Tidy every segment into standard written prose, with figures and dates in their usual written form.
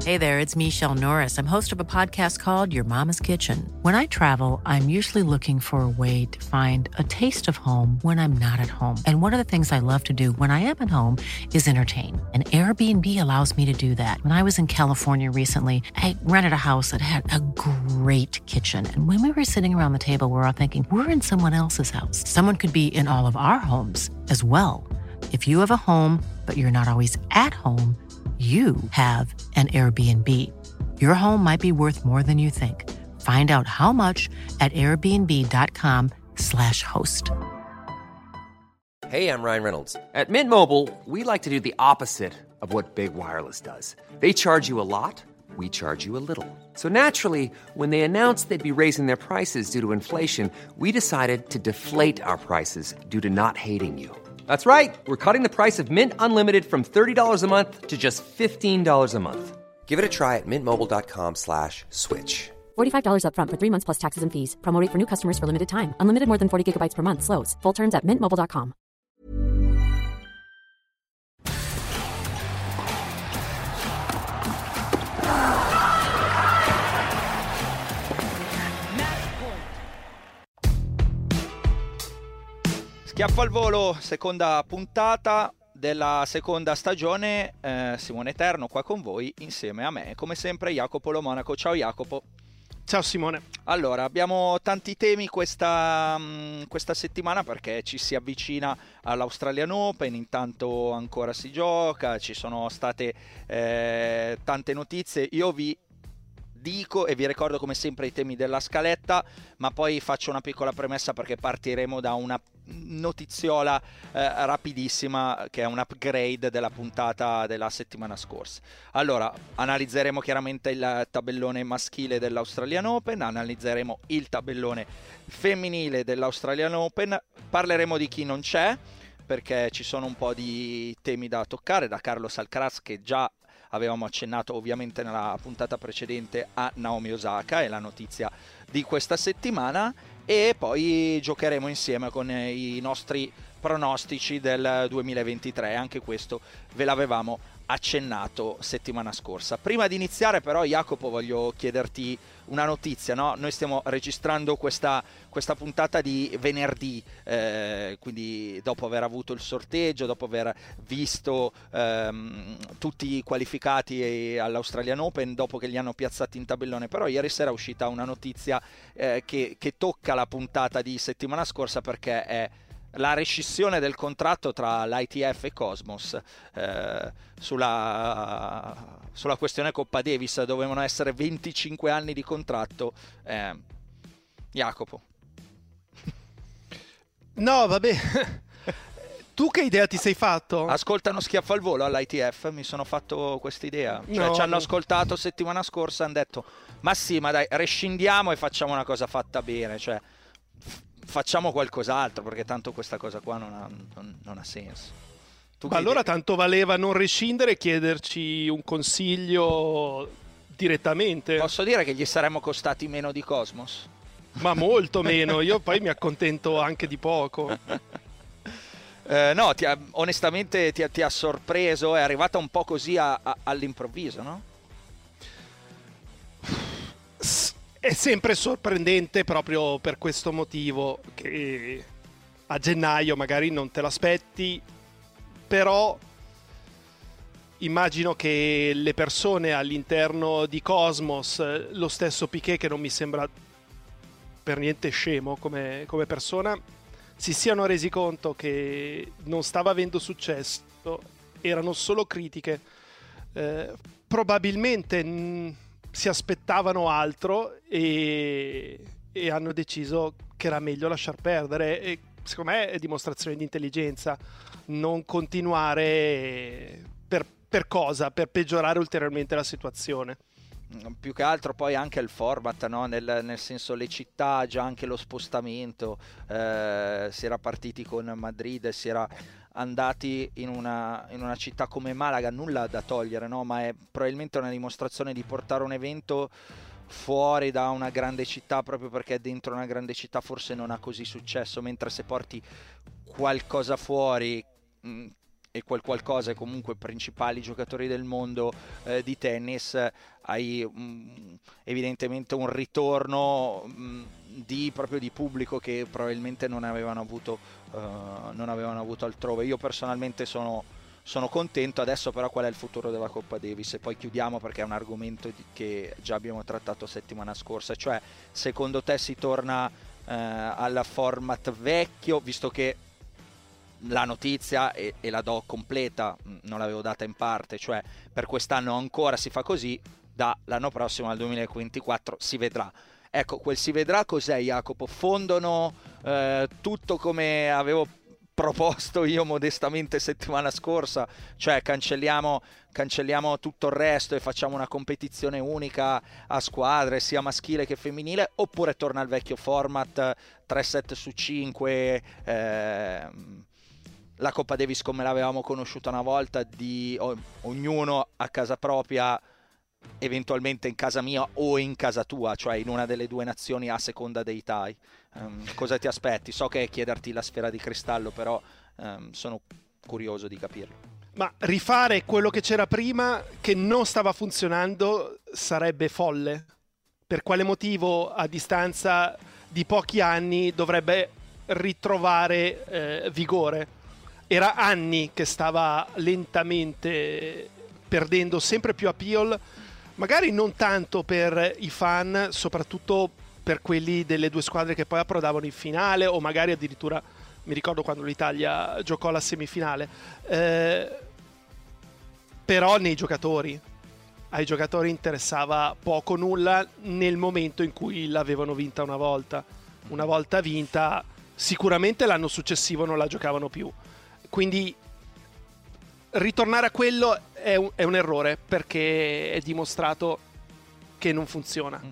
Hey there, it's Michelle Norris. I'm host of a podcast called Your Mama's Kitchen. When I travel, I'm usually looking for a way to find a taste of home when I'm not at home. And one of the things I love to do when I am at home is entertain. And Airbnb allows me to do that. When I was in California recently, I rented a house that had a great kitchen. And when we were sitting around the table, we were all thinking, we're in someone else's house. Someone could be in all of our homes as well. If you have a home, but you're not always at home, you have an Airbnb. Your home might be worth more than you think. Find out how much at airbnb.com/host. Hey, I'm Ryan Reynolds. At Mint Mobile, we like to do the opposite of what Big Wireless does. They charge you a lot, we charge you a little. So naturally, when they announced they'd be raising their prices due to inflation, we decided to deflate our prices due to not hating you. That's right. We're cutting the price of Mint Unlimited from $30 a month to just $15 a month. Give it a try at mintmobile.com/switch. $45 up front for 3 months plus taxes and fees. Promo rate for new customers for limited time. Unlimited more than 40 gigabytes per month. Slows full terms at mintmobile.com. Schiaffo al volo, seconda puntata della seconda stagione. Simone Eterno qua con voi, insieme a me, come sempre, Jacopo Lo Monaco. Ciao Jacopo. Ciao Simone. Allora, abbiamo tanti temi questa settimana perché ci si avvicina all'Australian Open, intanto ancora si gioca, ci sono state tante notizie. Io vi dico e vi ricordo come sempre i temi della scaletta, ma poi faccio una piccola premessa perché partiremo da una notiziola rapidissima che è un upgrade della puntata della settimana scorsa. Allora, analizzeremo chiaramente il tabellone maschile dell'Australian Open, analizzeremo il tabellone femminile dell'Australian Open, parleremo di chi non c'è perché ci sono un po' di temi da toccare, da Carlos Alcaraz, che già avevamo accennato ovviamente nella puntata precedente, a Naomi Osaka, è la notizia di questa settimana, e poi giocheremo insieme con i nostri pronostici del 2023, anche questo ve l'avevamo accennato settimana scorsa. Prima di iniziare però, Jacopo, voglio chiederti una notizia, no? Noi stiamo registrando questa puntata di venerdì, quindi dopo aver avuto il sorteggio, dopo aver visto tutti i qualificati all'Australian Open, dopo che li hanno piazzati in tabellone. Però ieri sera è uscita una notizia che tocca la puntata di settimana scorsa, perché è la rescissione del contratto tra l'ITF e Cosmos sulla questione Coppa Davis. Dovevano essere 25 anni di contratto. Jacopo. No, vabbè. Tu che idea ti sei fatto? Ascoltano Schiaffo al volo all'ITF, mi sono fatto questa idea. Cioè, no, ci hanno ascoltato settimana scorsa, hanno detto ma sì, ma dai, rescindiamo e facciamo una cosa fatta bene, cioè facciamo qualcos'altro, perché tanto questa cosa qua non ha senso. Ma allora tanto valeva non rescindere e chiederci un consiglio direttamente. Posso dire che gli saremmo costati meno di Cosmos? Ma molto meno, io poi mi accontento anche di poco. No, onestamente ti ha sorpreso, è arrivata un po' così all'improvviso, no? È sempre sorprendente proprio per questo motivo, che a gennaio magari non te l'aspetti, però immagino che le persone all'interno di Cosmos, lo stesso Piquet, che non mi sembra per niente scemo come persona, si siano resi conto che non stava avendo successo, erano solo critiche, probabilmente si aspettavano altro e hanno deciso che era meglio lasciar perdere, e secondo me è dimostrazione di intelligenza non continuare. Per cosa? Per peggiorare ulteriormente la situazione. Più che altro poi anche il format, no? nel senso, le città, già anche lo spostamento, si era partiti con Madrid, si era andati in una città come Malaga, nulla da togliere, no? Ma è probabilmente una dimostrazione di portare un evento fuori da una grande città, proprio perché dentro una grande città forse non ha così successo, mentre se porti qualcosa fuori e quel qualcosa è comunque principali giocatori del mondo di tennis, hai evidentemente un ritorno proprio di pubblico che probabilmente non avevano avuto altrove. Io personalmente sono contento. Adesso però qual è il futuro della Coppa Davis? E poi chiudiamo, perché è un argomento che già abbiamo trattato settimana scorsa, cioè secondo te si torna al format vecchio, visto che la notizia, e la do completa, non l'avevo data in parte, cioè per quest'anno ancora si fa così, dall'anno prossimo al 2024 si vedrà. Ecco, quel si vedrà cos'è, Jacopo? Fondono tutto come avevo proposto io modestamente settimana scorsa, cioè cancelliamo tutto il resto e facciamo una competizione unica a squadre, sia maschile che femminile, oppure torna al vecchio format 3 set su 5, la Coppa Davis come l'avevamo conosciuta una volta, di ognuno a casa propria, eventualmente in casa mia o in casa tua, cioè in una delle due nazioni a seconda dei tie. Cosa ti aspetti? So che è chiederti la sfera di cristallo, però sono curioso di capirlo. Ma rifare quello che c'era prima, che non stava funzionando, sarebbe folle. Per quale motivo a distanza di pochi anni dovrebbe ritrovare vigore? Era anni che stava lentamente perdendo sempre più appeal, magari non tanto per i fan, soprattutto per quelli delle due squadre che poi approdavano in finale, o magari addirittura, mi ricordo quando l'Italia giocò alla semifinale, però ai giocatori interessava poco nulla nel momento in cui l'avevano vinta una volta vinta, sicuramente l'anno successivo non la giocavano più, quindi ritornare a quello è un errore, perché è dimostrato che non funziona.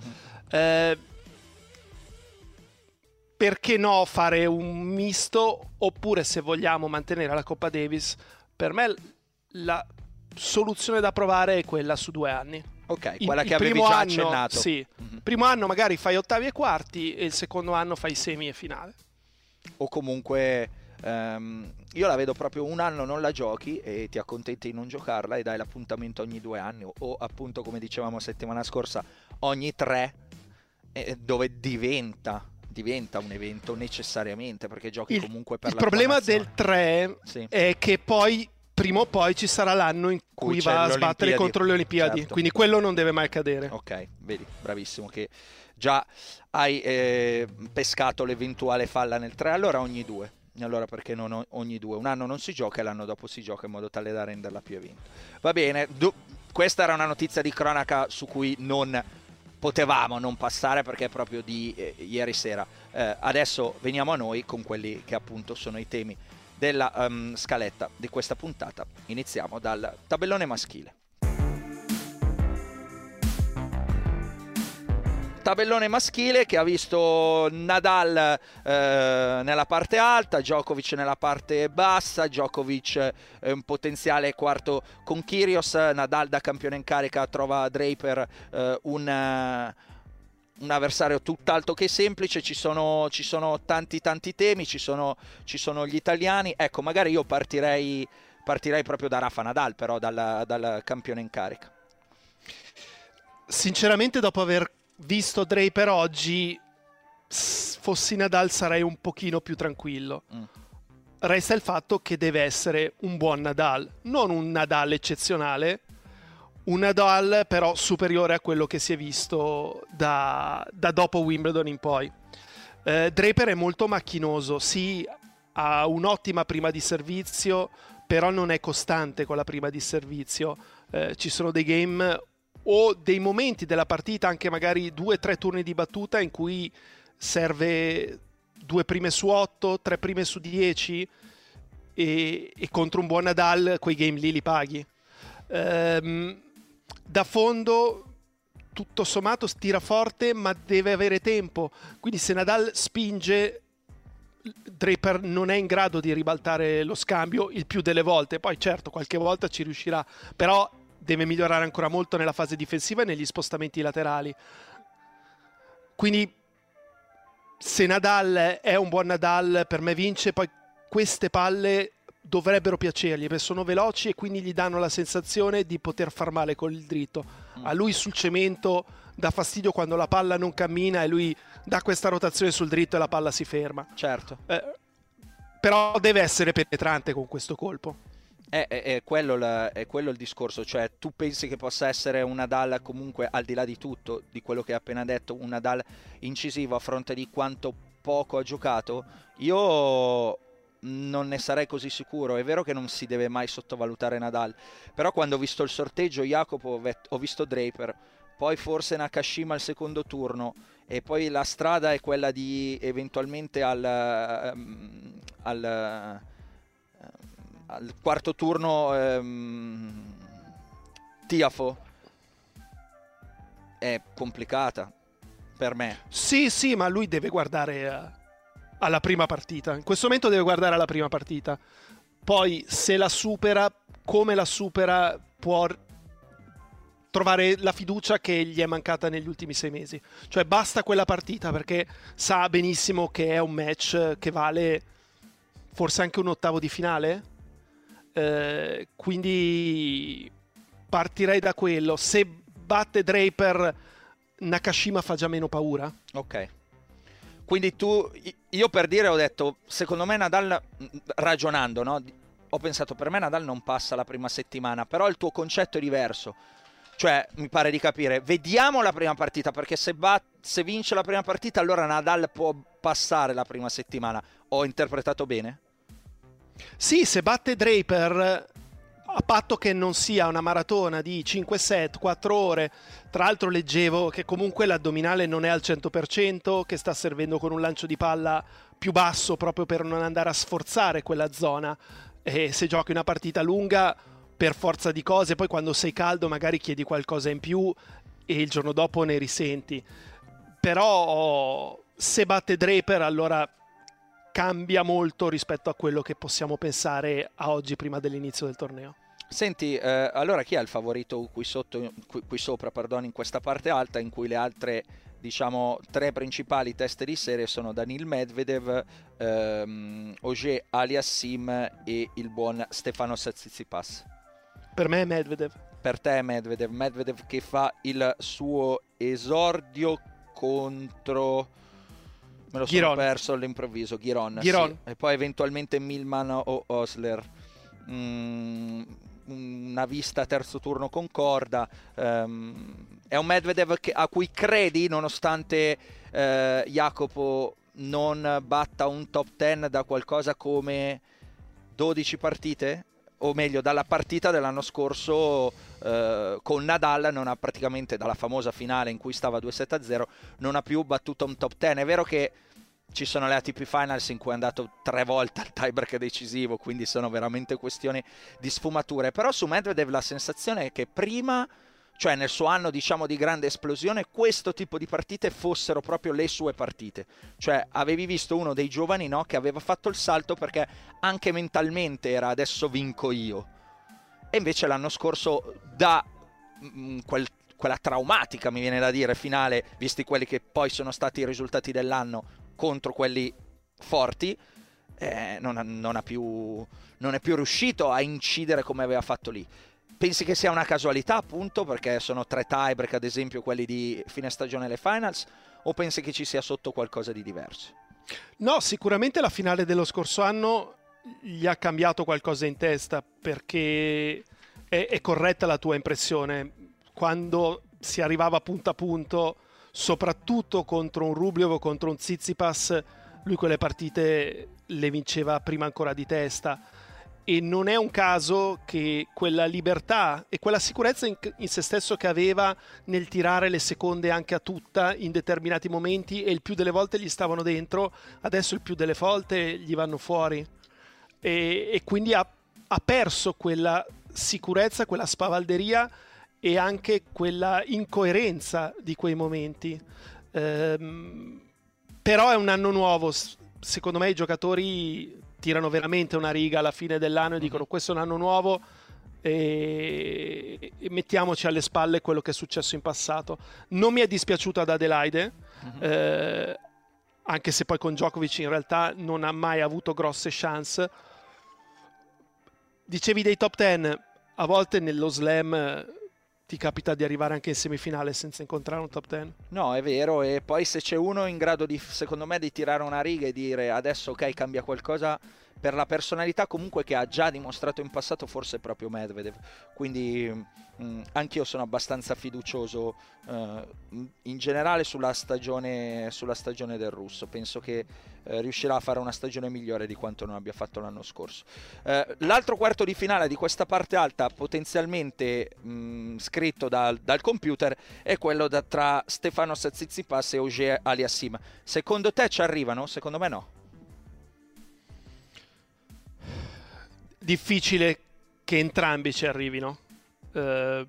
Perché no fare un misto? Oppure, se vogliamo mantenere la Coppa Davis, per me la soluzione da provare è quella su 2 anni. Ok, quella che avevi già accennato. Sì, primo anno magari fai ottavi e quarti, e il secondo anno fai semi e finale. O comunque io la vedo proprio un anno non la giochi e ti accontenti di non giocarla e dai l'appuntamento ogni 2 anni, o appunto, come dicevamo settimana scorsa, ogni 3, dove diventa un evento necessariamente, perché giochi comunque per il la problema tua del 3 sì. è che poi prima o poi ci sarà l'anno in cui va a sbattere contro le Olimpiadi, certo. Quindi quello non deve mai accadere. Ok, vedi, bravissimo, che già hai pescato l'eventuale falla nel 3, allora ogni 2. Allora perché non ogni 2? Un anno non si gioca e l'anno dopo si gioca, in modo tale da renderla più evento. Va bene, questa era una notizia di cronaca su cui non potevamo non passare, perché è proprio di ieri sera. Adesso veniamo a noi con quelli che appunto sono i temi della scaletta di questa puntata. Iniziamo dal tabellone maschile. Tabellone maschile che ha visto Nadal nella parte alta, Djokovic nella parte bassa. Djokovic un potenziale quarto con Kyrgios, Nadal da campione in carica trova Draper un avversario tutt'altro che semplice. Ci sono tanti temi, ci sono gli italiani. Ecco, magari io partirei proprio da Rafa Nadal, però dal campione in carica. Sinceramente, dopo aver visto Draper oggi, fossi Nadal sarei un pochino più tranquillo. Resta il fatto che deve essere un buon Nadal, non un Nadal eccezionale, un Nadal però superiore a quello che si è visto da dopo Wimbledon in poi. Draper è molto macchinoso, sì, ha un'ottima prima di servizio, però non è costante con la prima di servizio. Ci sono dei game o dei momenti della partita, anche magari 2-3 turni di battuta, in cui serve 2 prime su 8, 3 prime su 10, e contro un buon Nadal quei game lì li paghi. Da fondo tutto sommato tira forte, ma deve avere tempo, quindi se Nadal spinge, Draper non è in grado di ribaltare lo scambio il più delle volte. Poi certo, qualche volta ci riuscirà, però deve migliorare ancora molto nella fase difensiva e negli spostamenti laterali. Quindi se Nadal è un buon Nadal, per me vince. Poi queste palle dovrebbero piacergli, perché sono veloci e quindi gli danno la sensazione di poter far male con il dritto. A lui sul cemento dà fastidio quando la palla non cammina e lui dà questa rotazione sul dritto e la palla si ferma. Certo. Però deve essere penetrante con questo colpo. È quello il discorso, cioè tu pensi che possa essere un Nadal comunque, al di là di tutto, di quello che hai appena detto, un Nadal incisivo a fronte di quanto poco ha giocato? Io non ne sarei così sicuro. È vero che non si deve mai sottovalutare Nadal, però quando ho visto il sorteggio, Jacopo, ho visto Draper, poi forse Nakashima al secondo turno, e poi la strada è quella di eventualmente al quarto turno Tiafoe. È complicata per me. Sì, ma lui deve guardare alla prima partita. In questo momento deve guardare alla prima partita. Poi se la supera, come la supera, può trovare la fiducia che gli è mancata negli ultimi 6 mesi. Cioè basta quella partita, perché sa benissimo che è un match che vale forse anche un ottavo di finale. Quindi partirei da quello. Se batte Draper, Nakashima fa già meno paura. Ok. Quindi io per dire ho detto, secondo me Nadal, ragionando, no? Ho pensato, per me Nadal non passa la prima settimana, però il tuo concetto è diverso. Cioè, mi pare di capire, vediamo la prima partita, perché se vince la prima partita, allora Nadal può passare la prima settimana. Ho interpretato bene? Sì, se batte Draper, a patto che non sia una maratona di 5 set, 4 ore. Tra l'altro leggevo che comunque l'addominale non è al 100%, che sta servendo con un lancio di palla più basso proprio per non andare a sforzare quella zona. E se giochi una partita lunga, per forza di cose, poi quando sei caldo magari chiedi qualcosa in più e il giorno dopo ne risenti. Però se batte Draper, allora cambia molto rispetto a quello che possiamo pensare a oggi prima dell'inizio del torneo. Senti, allora chi è il favorito qui sopra, in questa parte alta, in cui le altre, diciamo, 3 principali teste di serie sono Daniil Medvedev, Auger Aliassime e il buon Stefanos Tsitsipas? Per me è Medvedev. Per te è Medvedev che fa il suo esordio contro... Me lo sono perso all'improvviso. Giron. Sì. E poi eventualmente Millman o Osler. Una vista terzo turno concorda. È un Medvedev a cui credi, nonostante Jacopo non batta un top 10 da qualcosa come 12 partite? O meglio, dalla partita dell'anno scorso con Nadal non ha praticamente, dalla famosa finale in cui stava 2-7-0, non ha più battuto un top 10. È vero che ci sono le ATP Finals in cui è andato 3 volte al tiebreak decisivo, quindi sono veramente questioni di sfumature, però su Medvedev la sensazione è che prima, cioè nel suo anno diciamo di grande esplosione, questo tipo di partite fossero proprio le sue partite. Cioè avevi visto uno dei giovani, no, che aveva fatto il salto perché anche mentalmente era adesso vinco io, e invece l'anno scorso da quella traumatica, mi viene da dire, finale, visti quelli che poi sono stati i risultati dell'anno contro quelli forti, non è più riuscito a incidere come aveva fatto lì. Pensi che sia una casualità, appunto, perché sono 3 tiebreak, ad esempio quelli di fine stagione e le finals, o pensi che ci sia sotto qualcosa di diverso? No, sicuramente la finale dello scorso anno gli ha cambiato qualcosa in testa, perché è corretta la tua impressione. Quando si arrivava punto a punto, soprattutto contro un Rublev o contro un Tsitsipas, lui quelle partite le vinceva prima ancora di testa. E non è un caso che quella libertà e quella sicurezza in se stesso che aveva nel tirare le seconde anche a tutta in determinati momenti, e il più delle volte gli stavano dentro, adesso il più delle volte gli vanno fuori. E quindi ha perso quella sicurezza, quella spavalderia e anche quella incoerenza di quei momenti. Però è un anno nuovo. Secondo me i giocatori tirano veramente una riga alla fine dell'anno e dicono questo è un anno nuovo e mettiamoci alle spalle quello che è successo in passato. Non mi è dispiaciuto ad Adelaide, anche se poi con Djokovic in realtà non ha mai avuto grosse chance, Dicevi dei top 10, a volte nello slam ti capita di arrivare anche in semifinale senza incontrare un top 10. No, è vero, e poi se c'è uno in grado di, secondo me, di tirare una riga e dire adesso ok, cambia qualcosa per la personalità comunque che ha già dimostrato in passato, forse è proprio Medvedev. Quindi anch'io sono abbastanza fiducioso in generale sulla stagione del russo. Penso che riuscirà a fare una stagione migliore di quanto non abbia fatto l'anno scorso. L'altro quarto di finale di questa parte alta, potenzialmente scritto dal computer, è quello tra Stefanos Tsitsipas e Auger Aliassime. Secondo te ci arrivano? Secondo me no. Difficile che entrambi ci arrivino. Per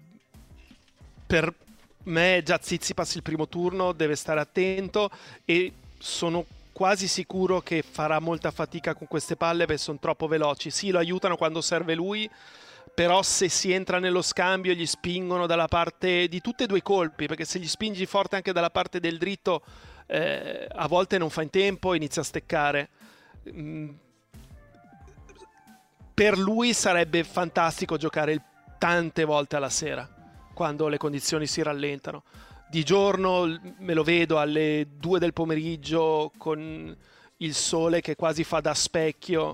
me già Tsitsipas il primo turno deve stare attento, e sono quasi sicuro che farà molta fatica con queste palle perché sono troppo veloci. Sì, lo aiutano quando serve lui, però se si entra nello scambio gli spingono dalla parte di tutti e due i colpi, perché se gli spingi forte anche dalla parte del dritto a volte non fa in tempo, inizia a steccare. Per lui sarebbe fantastico giocare tante volte alla sera, quando le condizioni si rallentano. Di giorno me lo vedo alle 2 del pomeriggio con il sole che quasi fa da specchio,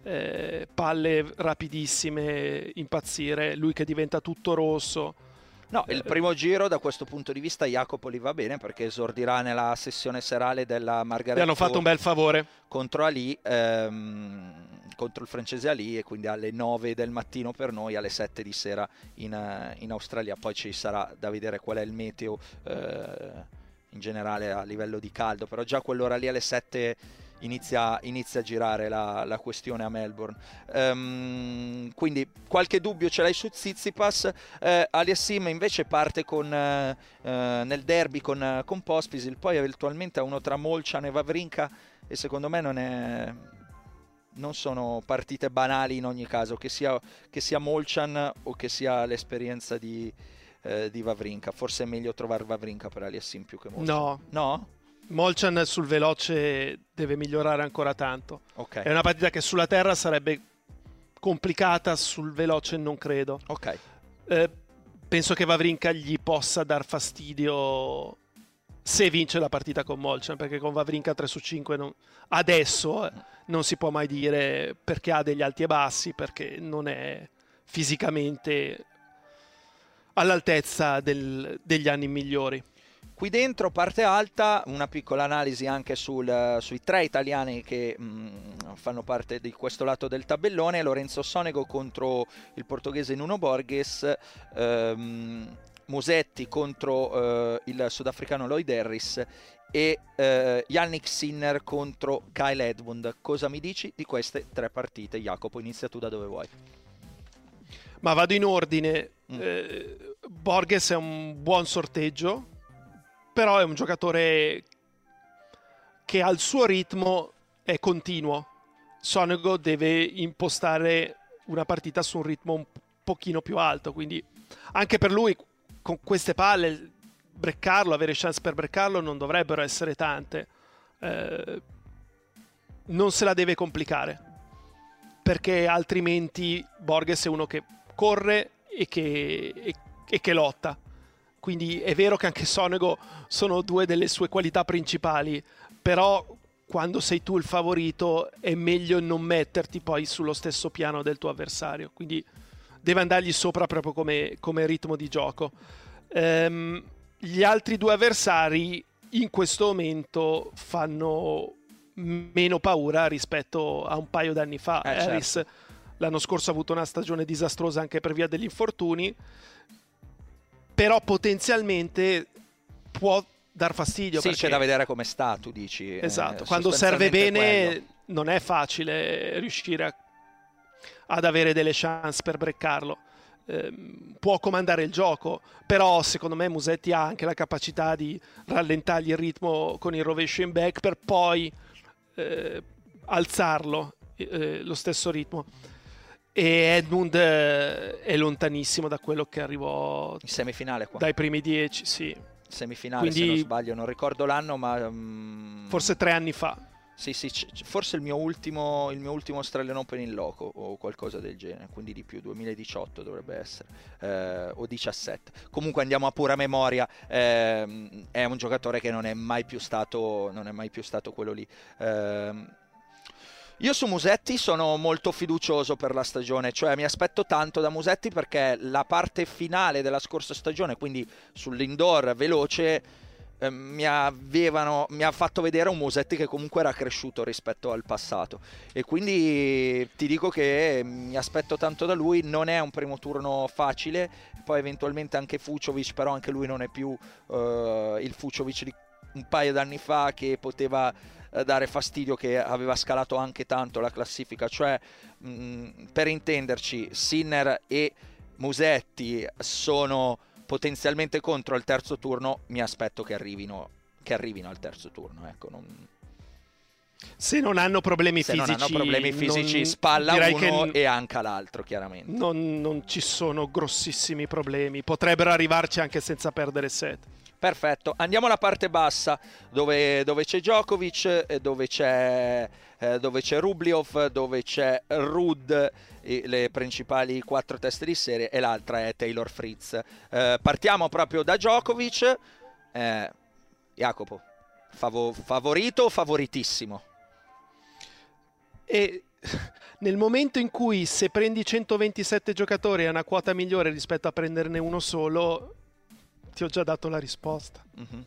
palle rapidissime, impazzire, lui che diventa tutto rosso. No, il primo giro da questo punto di vista Jacopo li va bene, perché esordirà nella sessione serale della Margaret Gli hanno fatto un bel favore contro Ali, contro il francese Ali, e quindi alle 9 del mattino per noi, alle 7 di sera in Australia. Poi ci sarà da vedere qual è il meteo in generale a livello di caldo, però già quell'ora lì alle 7 inizia a girare la questione a Melbourne. Quindi qualche dubbio ce l'hai su Tsitsipas. Aliassime invece parte nel derby con Pospisil, poi eventualmente a uno tra Molchan e Wawrinka, e secondo me non sono partite banali in ogni caso, che sia Molchan o che sia l'esperienza di Wawrinka. Forse è meglio trovare Wawrinka per Aliassime più che Molchan. No? Molchan sul veloce deve migliorare ancora tanto. Okay. È una partita che sulla terra sarebbe complicata, sul veloce non credo. Ok. Penso che Wawrinka gli possa dar fastidio se vince la partita con Molchan, perché con Wawrinka 3 su 5 adesso non si può mai dire, perché ha degli alti e bassi, perché non è fisicamente all'altezza degli anni migliori. Qui dentro, parte alta, una piccola analisi anche sui 3 italiani che fanno parte di questo lato del tabellone. Lorenzo Sonego contro il portoghese Nuno Borges, Musetti contro il sudafricano Lloyd Harris e Yannick Sinner contro Kyle Edmund. Cosa mi dici di queste 3 partite? Jacopo, inizia tu da dove vuoi. Ma vado in ordine. Borges è un buon sorteggio, però è un giocatore che al suo ritmo è continuo. Sonego deve impostare una partita su un ritmo un pochino più alto, quindi anche per lui con queste palle avere chance per breccarlo non dovrebbero essere tante. Non se la deve complicare, perché altrimenti Borges è uno che corre e che lotta. Quindi è vero che anche Sonego sono 2 delle sue qualità principali, però quando sei tu il favorito è meglio non metterti poi sullo stesso piano del tuo avversario, quindi deve andargli sopra proprio come ritmo di gioco. Gli altri 2 avversari in questo momento fanno meno paura rispetto a un paio d'anni fa. Harris certo. L'anno scorso ha avuto una stagione disastrosa anche per via degli infortuni, però potenzialmente può dar fastidio. Sì, perché c'è da vedere come sta, tu dici. Esatto, quando serve bene non è facile riuscire ad avere delle chance per breccarlo. Può comandare il gioco, però secondo me Musetti ha anche la capacità di rallentargli il ritmo con il rovescio in back per poi alzarlo lo stesso ritmo. E Edmund è lontanissimo da quello che arrivò in semifinale qua. Dai primi 10, sì. Semifinale, quindi, se non sbaglio, non ricordo l'anno, ma forse 3 anni fa. Sì, forse il mio ultimo Australian Open in loco o qualcosa del genere, quindi di più, 2018 dovrebbe essere, o 17. Comunque andiamo a pura memoria, è un giocatore che non è mai più stato quello lì. Io su Musetti sono molto fiducioso per la stagione, cioè mi aspetto tanto da Musetti perché la parte finale della scorsa stagione, quindi sull'indoor veloce, mi ha fatto vedere un Musetti che comunque era cresciuto rispetto al passato, e quindi ti dico che mi aspetto tanto da lui. Non è un primo turno facile, poi eventualmente anche Fucsovics, però anche lui non è più il Fucsovics di un paio d'anni fa che poteva dare fastidio, che aveva scalato anche tanto la classifica. Cioè, per intenderci, Sinner e Musetti sono potenzialmente contro il terzo turno. Mi aspetto che arrivino al terzo turno, ecco. Se non hanno problemi fisici, spalla uno e anca l'altro, chiaramente. Non ci sono grossissimi problemi, potrebbero arrivarci anche senza perdere set. Perfetto, andiamo alla parte bassa dove c'è Djokovic, dove c'è Rublev, dove c'è Ruud, le principali 4 teste di serie, e l'altra è Taylor Fritz. Partiamo proprio da Djokovic. Jacopo, favorito o favoritissimo? E nel momento in cui, se prendi 127 giocatori, è una quota migliore rispetto a prenderne uno solo, ti ho già dato la risposta. Mm-hmm.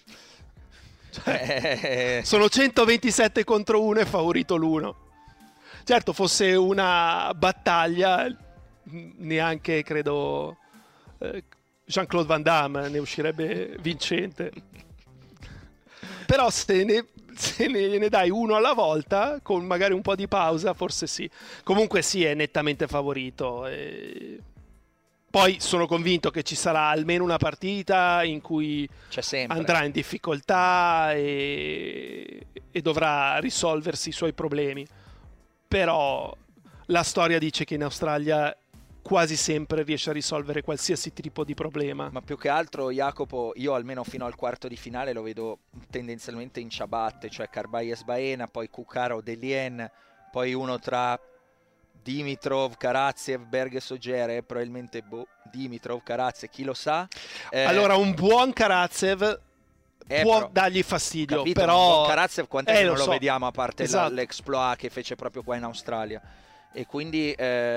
Cioè, sono 127 contro 1 e favorito l'1. Certo, fosse una battaglia, neanche credo Jean-Claude Van Damme ne uscirebbe vincente. Però se ne dai uno alla volta, con magari un po' di pausa, forse sì. Comunque sì, è nettamente favorito. Poi sono convinto che ci sarà almeno una partita in cui andrà in difficoltà e dovrà risolversi i suoi problemi. Però la storia dice che in Australia quasi sempre riesce a risolvere qualsiasi tipo di problema. Ma più che altro, Jacopo, io almeno fino al quarto di finale lo vedo tendenzialmente in ciabatte, cioè Carballes Baena, poi Cucaro Delien, poi uno tra Dimitrov, Karatsev, Berges Ogere, probabilmente Dimitrov, Karatsev, chi lo sa. Allora, un buon Karatsev può dargli fastidio, capito, però Karatsev quant'è che non lo so. vediamo, a parte Esatto. l'exploit che fece proprio qua in Australia, e quindi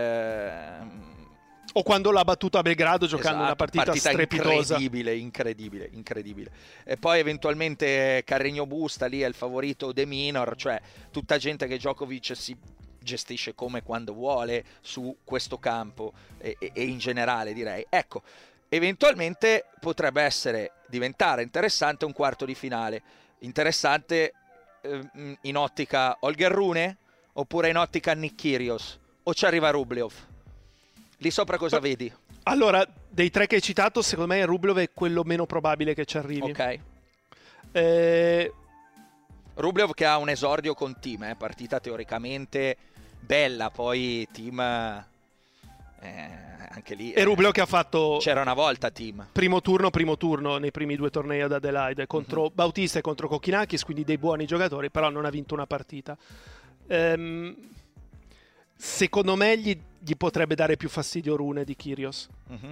o quando l'ha battuto a Belgrado giocando una partita strepitosa, incredibile. E poi eventualmente Carreño Busta, lì è il favorito De Minor, cioè tutta gente che Djokovic si gestisce come quando vuole su questo campo e in generale, direi. Ecco, eventualmente potrebbe diventare interessante un quarto di finale, interessante in ottica Holger Rune oppure in ottica Nick Kyrgios, o ci arriva Rublev? Lì sopra cosa vedi? Allora, dei tre che hai citato, secondo me Rublev è quello meno probabile che ci arrivi. Ok. Rublev che ha un esordio con Thiem, partita teoricamente bella, poi Thiem anche lì. E Rublev che ha fatto... C'era una volta Thiem. Primo turno nei primi 2 tornei ad Adelaide, contro Bautista e contro Kokkinakis, quindi dei buoni giocatori, però non ha vinto una partita. Secondo me gli potrebbe dare più fastidio Rune di Kyrgios.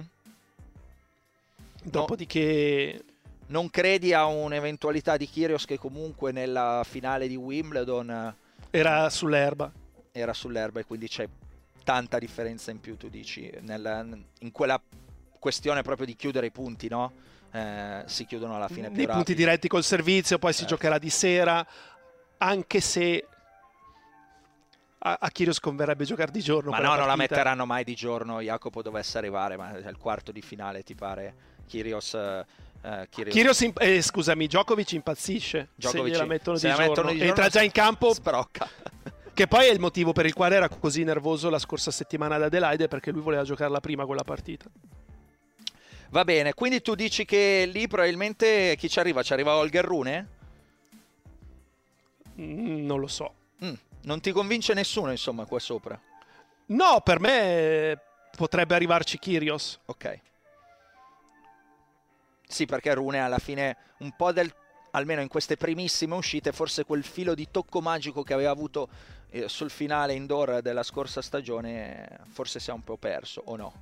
Dopodiché... Non credi a un'eventualità di Kyrgios che comunque nella finale di Wimbledon era sull'erba e quindi c'è tanta differenza in più, tu dici, in quella questione proprio di chiudere i punti, no? Si chiudono alla fine più nei punti diretti col servizio, poi si giocherà di sera, anche se a Kyrgios converrebbe giocare di giorno. Ma no, non la metteranno mai di giorno, Jacopo, dovesse arrivare, ma è il quarto di finale, ti pare? Kyrgios, scusami, Djokovic impazzisce se gliela mettono di giorno. Entra già in campo, sprocca. Che poi è il motivo per il quale era così nervoso la scorsa settimana ad Adelaide, perché lui voleva giocarla prima quella partita. Va bene, quindi tu dici che lì probabilmente chi ci arriva? Ci arriva Holger Rune? Non lo so. Non ti convince nessuno, insomma, qua sopra? No, per me potrebbe arrivarci Kyrgios. Ok. Sì, perché Rune alla fine un po' almeno in queste primissime uscite, forse quel filo di tocco magico che aveva avuto sul finale indoor della scorsa stagione forse si è un po' perso, o no?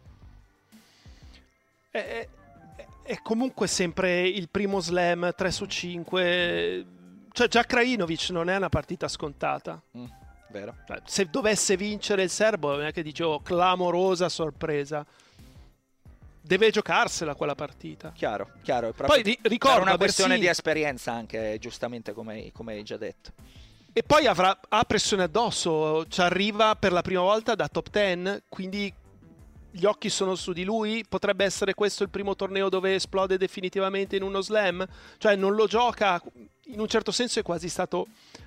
È comunque sempre il primo slam 3 su 5, cioè già Krajinovic non è una partita scontata. Vero. Se dovesse vincere il serbo non è che dicevo clamorosa sorpresa, deve giocarsela quella partita. Chiaro, è proprio poi ricordo una questione Bersin di esperienza anche, giustamente come hai già detto. e poi ha pressione addosso, ci arriva per la prima volta da top 10, quindi gli occhi sono su di lui. Potrebbe essere questo il primo torneo dove esplode definitivamente in uno slam, cioè non lo gioca, in un certo senso è quasi stato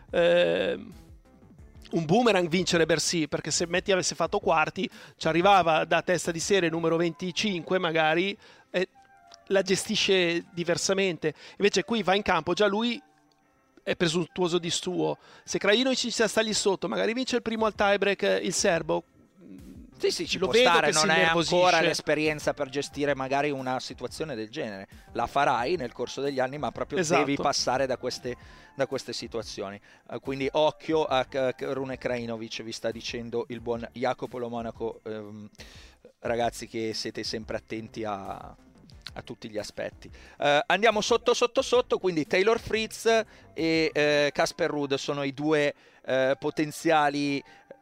un boomerang vincere Bercy, perché se Metti avesse fatto quarti ci arrivava da testa di serie numero 25 magari, e la gestisce diversamente. Invece qui va in campo, già lui è presuntuoso di suo. Se Krajinovic ci sta lì sotto, magari vince il primo al tiebreak il serbo, Sì, ci lo può vedo stare, che non si è innervosisce. ancora l'esperienza per gestire magari una situazione del genere. La farai nel corso degli anni, ma proprio Esatto. devi passare da queste situazioni. Quindi occhio a Rune Krajinovic, vi sta dicendo il buon Jacopo Lo Monaco. Ragazzi che siete sempre attenti a tutti gli aspetti. Andiamo sotto, quindi Taylor Fritz e Casper Ruud sono i due potenziali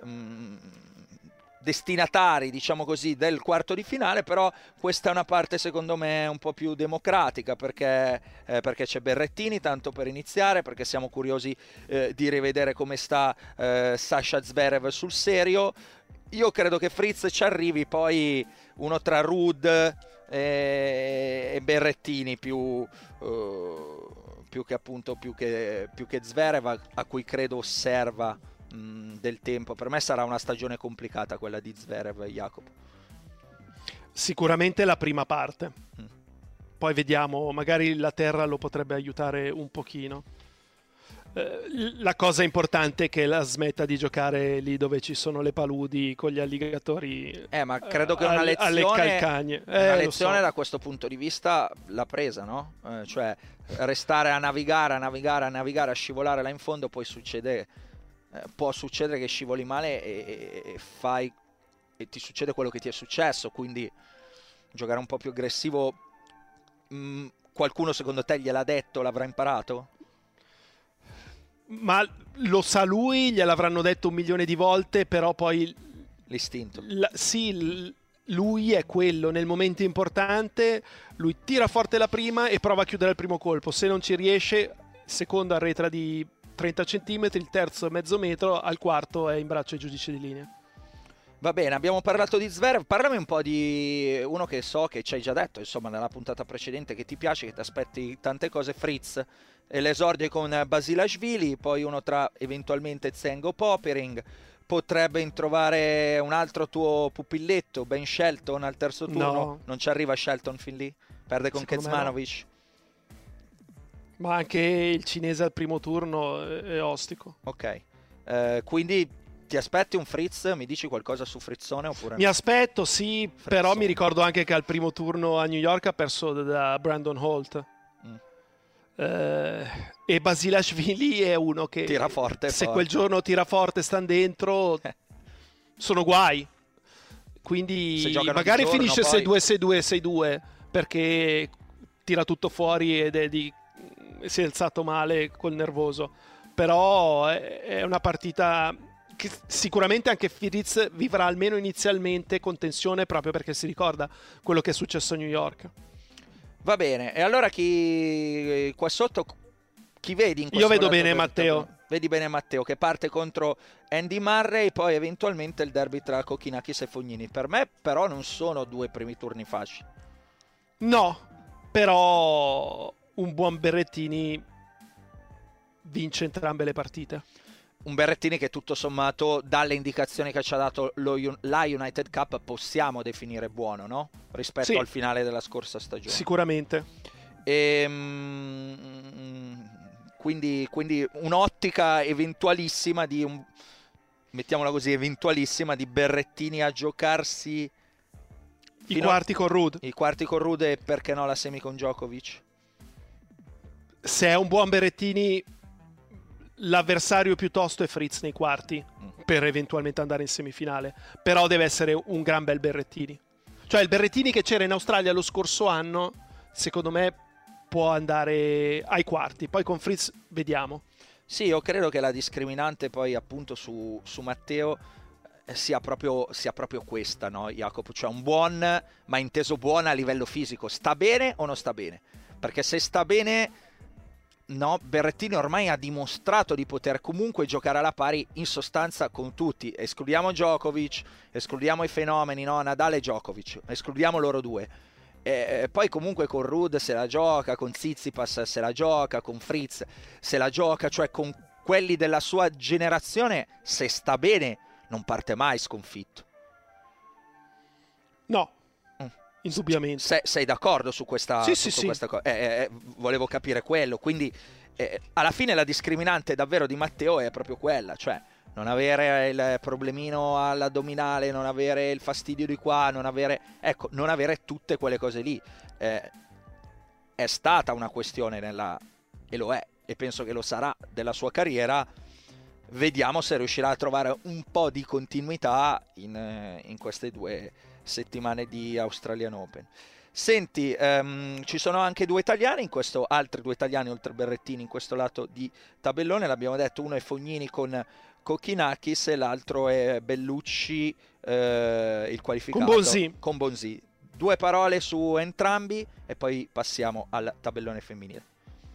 destinatari, diciamo così, del quarto di finale. Però questa è una parte secondo me un po' più democratica, perché c'è Berrettini, tanto per iniziare, perché siamo curiosi di rivedere come sta Sasha Zverev sul serio. Io credo che Fritz ci arrivi, poi uno tra Ruud e Berrettini più che Zverev, a cui credo serva del tempo. Per me sarà una stagione complicata quella di Zverev, Jacopo. Sicuramente la prima parte, poi vediamo, magari la terra lo potrebbe aiutare un pochino. La cosa importante è che la smetta di giocare lì dove ci sono le paludi con gli alligatori, ma credo che una alle lezione, calcagne. una lezione so. Da questo punto di vista l'ha presa, no? Cioè restare a navigare, a scivolare là in fondo, poi può succedere che scivoli male e ti succede quello che ti è successo. Quindi giocare un po' più aggressivo, qualcuno secondo te gliel'ha detto, l'avrà imparato? Ma lo sa lui, gliel'avranno detto 1 milione di volte, però poi l'istinto. Lui è quello, nel momento importante lui tira forte la prima e prova a chiudere il primo colpo. Se non ci riesce, il secondo arretra di 30 cm, il terzo mezzo metro, al quarto è in braccio ai giudici di linea. Va bene, abbiamo parlato di Zverev. Parlami un po' di uno che so che ci hai già detto, insomma, nella puntata precedente, che ti piace, che ti aspetti tante cose, Fritz. E l'esordio con Basilashvili, poi uno tra eventualmente Zeng o Popering. Potrebbe introvare un altro tuo pupilletto, Ben Shelton, al terzo turno. No. Non ci arriva Shelton fin lì? Perde con Kecmanovic. Ma anche il cinese al primo turno è ostico. Ok, quindi ti aspetti un Fritz? Mi dici qualcosa su Frizzone oppure Mi aspetto, sì, Frizzone. però mi ricordo anche che al primo turno a New York ha perso da Brandon Holt. E Basilashvili è uno che tira forte, se quel giorno tira forte, stanno dentro, sono guai. Quindi magari giorno, finisce poi... 6-2, 6-2, perché tira tutto fuori si è alzato male col nervoso. Però è una partita che sicuramente anche Fritz vivrà, almeno inizialmente, con tensione, proprio perché si ricorda quello che è successo a New York. Va bene, e allora qua sotto chi vedi in questo? Io vedo bene Matteo. Vedi bene Matteo che parte contro Andy Murray, poi eventualmente il derby tra Kokkinakis e Fognini. Per me però non sono 2 primi turni facili. No, però un buon Berrettini vince entrambe le partite. Un Berrettini che tutto sommato, dalle indicazioni che ci ha dato la United Cup, possiamo definire buono, no? Rispetto al finale della scorsa stagione. Sicuramente. Quindi un'ottica eventualissima mettiamola così, eventualissima di Berrettini a giocarsi i quarti con Ruud. I quarti con Ruud, e perché no la semi con Djokovic? se è un buon Berrettini, l'avversario piuttosto è Fritz nei quarti per eventualmente andare in semifinale, però deve essere un gran bel Berrettini, cioè il Berrettini che c'era in Australia lo scorso anno, secondo me può andare ai quarti, poi con Fritz vediamo. Sì, io credo che la discriminante poi appunto su Matteo sia proprio questa, no, Jacopo? Cioè un buon, ma inteso buon a livello fisico, sta bene o non sta bene? Perché se sta bene, no, Berrettini ormai ha dimostrato di poter comunque giocare alla pari in sostanza con tutti. Escludiamo Djokovic, escludiamo i fenomeni, no, Nadal e Djokovic, escludiamo loro due. Poi comunque con Ruud se la gioca, con Tsitsipas se la gioca, con Fritz se la gioca, cioè con quelli della sua generazione, se sta bene non parte mai sconfitto. No, indubbiamente. Sei d'accordo su questa, sì. questa cosa? Volevo capire quello, quindi alla fine la discriminante davvero di Matteo è proprio quella, cioè non avere il problemino all'addominale, non avere il fastidio di qua, non avere tutte quelle cose lì. È stata una questione e lo è, e penso che lo sarà, della sua carriera. Vediamo se riuscirà a trovare un po' di continuità in queste 2 settimane di Australian Open. Senti, ci sono anche 2 italiani altri 2 italiani oltre Berrettini in questo lato di tabellone, l'abbiamo detto, uno è Fognini con Kokkinakis e l'altro è Bellucci, il qualificato con Bonzi. 2 parole su entrambi e poi passiamo al tabellone femminile.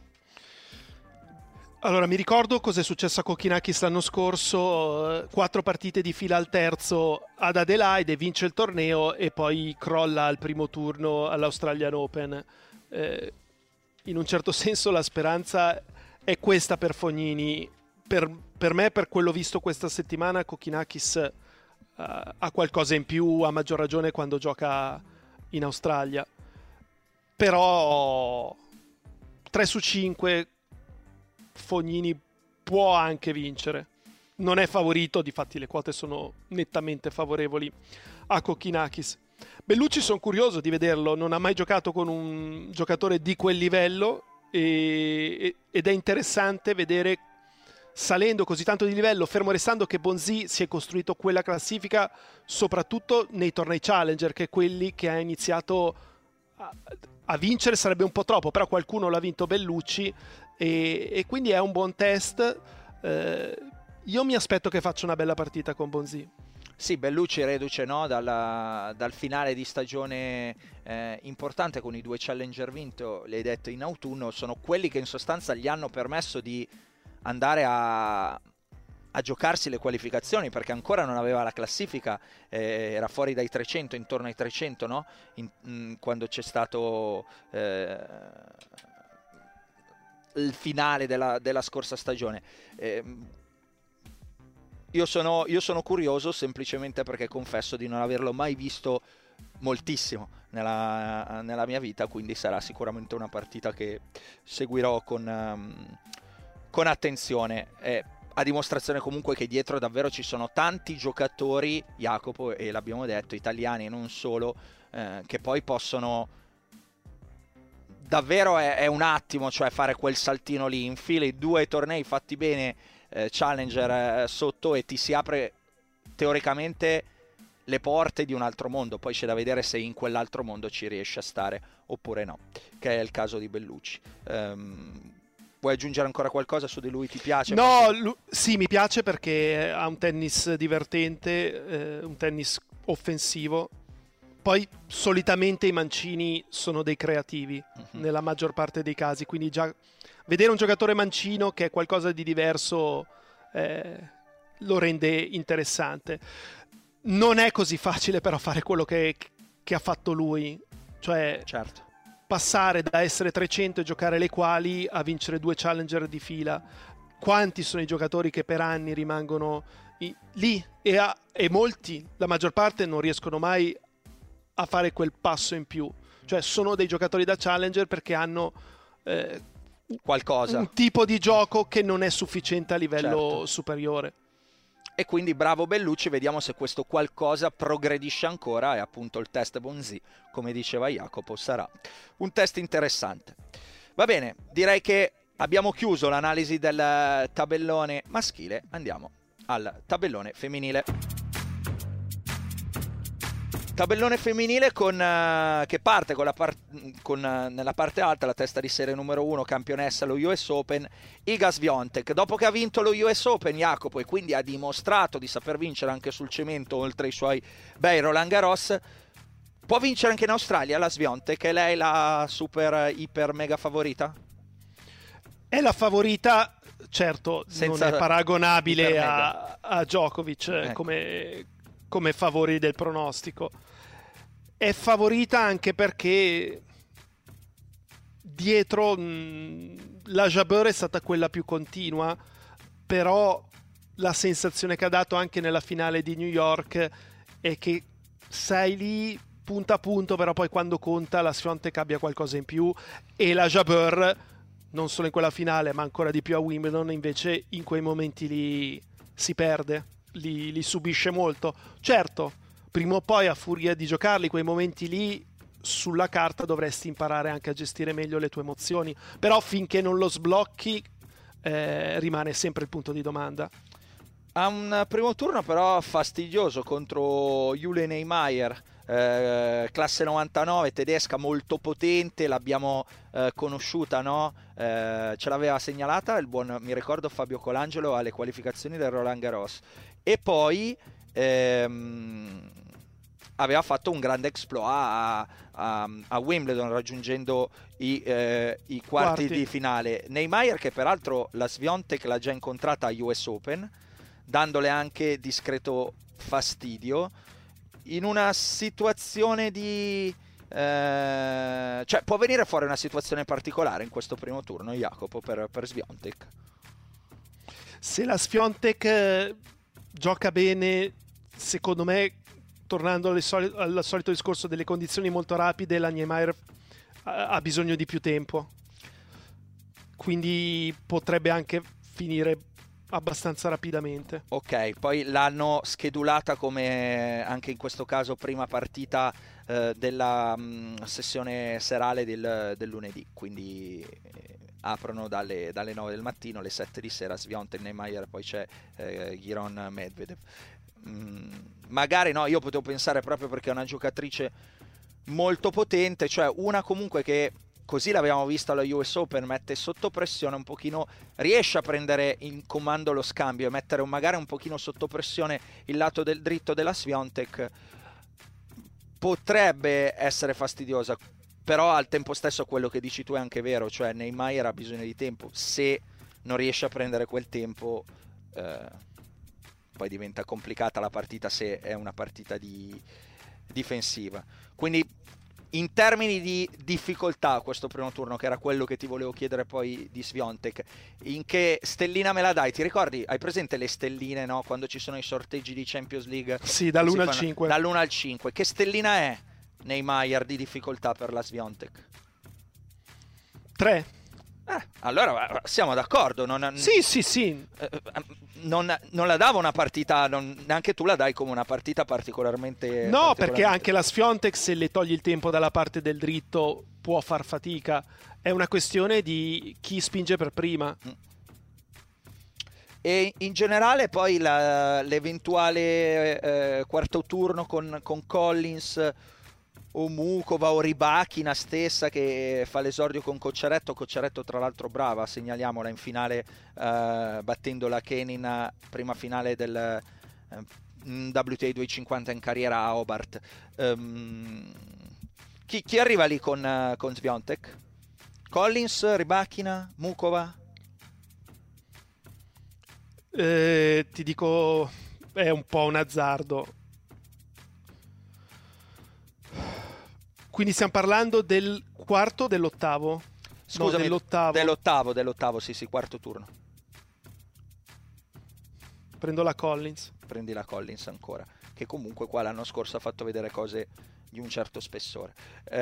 Allora, mi ricordo cosa è successo a Kokkinakis l'anno scorso, 4 partite di fila al terzo ad Adelaide, vince il torneo e poi crolla al primo turno all'Australian Open. In un certo senso la speranza è questa per Fognini. Per me, per quello visto questa settimana, Kokkinakis ha qualcosa in più, a maggior ragione quando gioca in Australia. Però 3 su 5 Fognini può anche vincere. Non è favorito, difatti le quote sono nettamente favorevoli a Kokkinakis. Bellucci sono curioso di vederlo, non ha mai giocato con un giocatore di quel livello ed è interessante vedere, salendo così tanto di livello, fermo restando che Bonzi si è costruito quella classifica soprattutto nei tornei Challenger, che quelli che ha iniziato a vincere sarebbe un po' troppo, però qualcuno l'ha vinto Bellucci e quindi è un buon test. Io mi aspetto che faccia una bella partita con Bonzi. Sì, Bellucci reduce, no, dal finale di stagione importante con i 2 Challenger vinto, le hai detto in autunno, sono quelli che in sostanza gli hanno permesso di andare a giocarsi le qualificazioni, perché ancora non aveva la classifica, era fuori dai 300, intorno ai 300, no? Quando c'è stato il finale della scorsa stagione. Io sono curioso semplicemente perché confesso di non averlo mai visto moltissimo nella mia vita, quindi sarà sicuramente una partita che seguirò con attenzione, a dimostrazione comunque che dietro davvero ci sono tanti giocatori, Jacopo, e l'abbiamo detto, italiani e non solo, che poi possono davvero, è un attimo, cioè fare quel saltino lì, infili 2 tornei fatti bene, Challenger sotto, e ti si apre teoricamente le porte di un altro mondo. Poi c'è da vedere se in quell'altro mondo ci riesce a stare oppure no, che è il caso di Bellucci. Vuoi aggiungere ancora qualcosa su di lui? Ti piace? No, sì, mi piace perché ha un tennis divertente, un tennis offensivo. Poi solitamente i mancini sono dei creativi nella maggior parte dei casi, quindi già vedere un giocatore mancino che è qualcosa di diverso lo rende interessante. Non è così facile però fare quello che ha fatto lui, cioè certo, passare da essere 300 e giocare le quali a vincere 2 Challenger di fila. Quanti sono i giocatori che per anni rimangono lì e molti, la maggior parte, non riescono mai a fare quel passo in più, cioè sono dei giocatori da Challenger perché hanno qualcosa, un tipo di gioco che non è sufficiente a livello certo, superiore. E quindi bravo Bellucci, vediamo se questo qualcosa progredisce ancora, e appunto il test Bonzi, come diceva Jacopo, sarà un test interessante. Va bene, direi che abbiamo chiuso l'analisi del tabellone maschile, andiamo al tabellone femminile. Tabellone femminile che parte nella parte alta, la testa di serie numero 1, campionessa allo US Open, Iga Swiatek. Dopo che ha vinto lo US Open, Jacopo, e quindi ha dimostrato di saper vincere anche sul cemento, oltre ai suoi bei Roland Garros, può vincere anche in Australia la Swiatek? È lei la super iper mega favorita? È la favorita, certo, non è paragonabile a Djokovic, ecco, come favori del pronostico. È favorita anche perché dietro la Jabeur è stata quella più continua, però la sensazione che ha dato anche nella finale di New York è che sei lì punto a punto, però poi quando conta la Swiatek abbia qualcosa in più, e la Jabeur, non solo in quella finale ma ancora di più a Wimbledon, invece in quei momenti lì si perde, li subisce molto. Certo, prima o poi, a furia di giocarli quei momenti lì, sulla carta dovresti imparare anche a gestire meglio le tue emozioni, però finché non lo sblocchi rimane sempre il punto di domanda. Ha un primo turno però fastidioso contro Jule Neymar, classe 99, tedesca, molto potente, l'abbiamo conosciuta, no? Ce l'aveva segnalata il buon, mi ricordo, Fabio Colangelo alle qualificazioni del Roland Garros, e poi aveva fatto un grande exploit a Wimbledon, raggiungendo i quarti di finale. Neymar, che peraltro la Swiatek l'ha già incontrata a US Open, dandole anche discreto fastidio, in una situazione di... cioè può venire fuori una situazione particolare in questo primo turno, Jacopo, per Swiatek. Se la Swiatek gioca bene, secondo me, tornando al solito discorso delle condizioni molto rapide, la Neymar ha bisogno di più tempo, quindi potrebbe anche finire abbastanza rapidamente. Ok, poi l'hanno schedulata come anche in questo caso prima partita della sessione serale del lunedì, quindi aprono dalle 9 del mattino alle 7 di sera Swiatek, Neymar, poi c'è Giron, Medvedev. Magari no, io potevo pensare, proprio perché è una giocatrice molto potente, cioè una comunque che, così l'abbiamo vista allo US Open, mette sotto pressione un pochino, riesce a prendere in comando lo scambio e mettere magari un pochino sotto pressione il lato del dritto della Swiatek, potrebbe essere fastidiosa. Però al tempo stesso quello che dici tu è anche vero, cioè Neymar ha bisogno di tempo, se non riesce a prendere quel tempo poi diventa complicata la partita, se è una partita difensiva. Quindi in termini di difficoltà questo primo turno, che era quello che ti volevo chiedere poi di Swiatek, in che stellina me la dai? Ti ricordi, hai presente le stelline, no? Quando ci sono i sorteggi di Champions League? Sì, dall'1 al 5. Dall'1 al 5. Che stellina è Neymar di difficoltà per la Swiatek? 3. Allora siamo d'accordo. Sì. Non la davo una partita, neanche tu la dai come una partita particolarmente... No, perché anche la Swiatek, se le togli il tempo dalla parte del dritto, può far fatica. È una questione di chi spinge per prima. E in generale poi l'eventuale quarto turno con Collins o Mukova o Rybakina stessa, che fa l'esordio con Cocciaretto tra l'altro brava, segnaliamola, in finale battendo la Kenin, prima finale del WTA 250 in carriera a Hobart. Chi arriva lì con Swiatek? Collins, Rybakina, Mukova? Ti dico, è un po' un azzardo. Quindi stiamo parlando del quarto o dell'ottavo? Scusami, no, dell'ottavo, sì, quarto turno. Prendo la Collins. Prendi la Collins ancora, che comunque qua l'anno scorso ha fatto vedere cose di un certo spessore.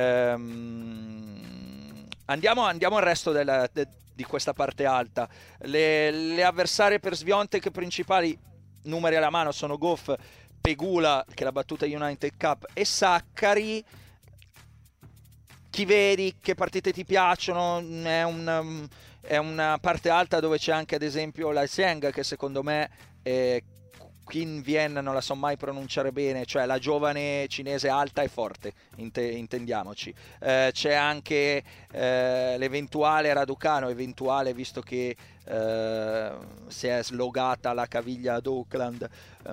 Andiamo al resto di questa parte alta. Le avversarie per Swiatek principali, numeri alla mano, sono Gauff, Pegula, che l'ha battuta United Cup, e Saccari. Chi vedi? Che partite ti piacciono? È è una parte alta dove c'è anche ad esempio la Zheng, che secondo me Qin Vien non la so mai pronunciare bene, cioè la giovane cinese alta e forte, intendiamoci. C'è anche l'eventuale Raducanu, eventuale visto che si è slogata la caviglia ad Auckland.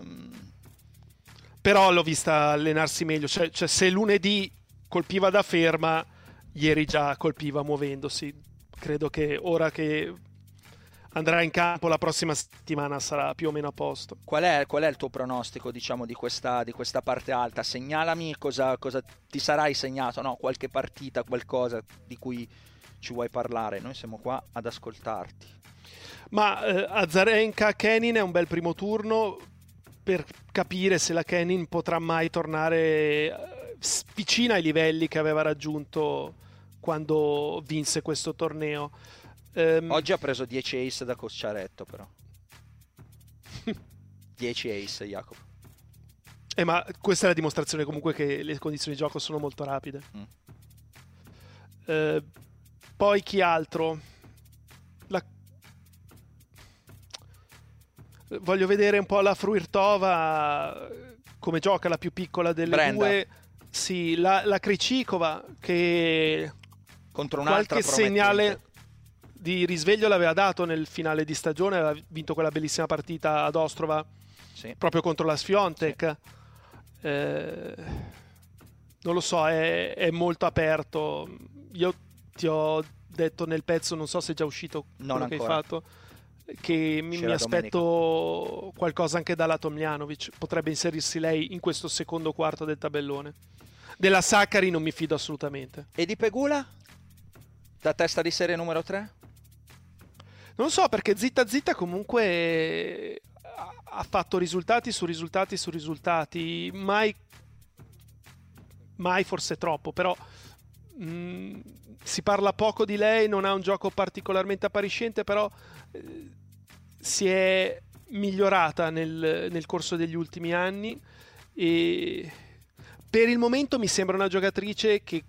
Però l'ho vista allenarsi meglio, cioè se lunedì colpiva da ferma, ieri già colpiva muovendosi. Credo che ora che andrà in campo la prossima settimana sarà più o meno a posto. Qual è il tuo pronostico, diciamo, di questa parte alta? Segnalami cosa ti sarai segnato, no? Qualche partita, qualcosa di cui ci vuoi parlare. Noi siamo qua ad ascoltarti. Ma Azarenka Kenin è un bel primo turno per capire se la Kenin potrà mai tornare vicina ai livelli che aveva raggiunto quando vinse questo torneo. Oggi ha preso 10 ace da Cocciaretto, però 10 ace, Jacopo. Ma questa è la dimostrazione comunque che le condizioni di gioco sono molto rapide. Poi chi altro? Voglio vedere un po' la Fruirtova, come gioca, la più piccola delle Brenda. due. Sì, la Krejcikova, che contro un'altra qualche segnale di risveglio l'aveva dato nel finale di stagione, aveva vinto quella bellissima partita ad Ostrova, sì, proprio contro la Swiatek. Sì. Non lo so, è molto aperto. Io ti ho detto nel pezzo, non so se è già uscito quello che hai fatto, che mi aspetto qualcosa anche dalla Tomljanovic. Potrebbe inserirsi lei in questo secondo quarto del tabellone. Della Sakkari non mi fido assolutamente. E di Pegula? Da testa di serie numero 3? Non so, perché zitta zitta comunque ha fatto risultati su risultati su risultati, mai forse troppo, però si parla poco di lei, non ha un gioco particolarmente appariscente, però si è migliorata nel corso degli ultimi anni e per il momento mi sembra una giocatrice che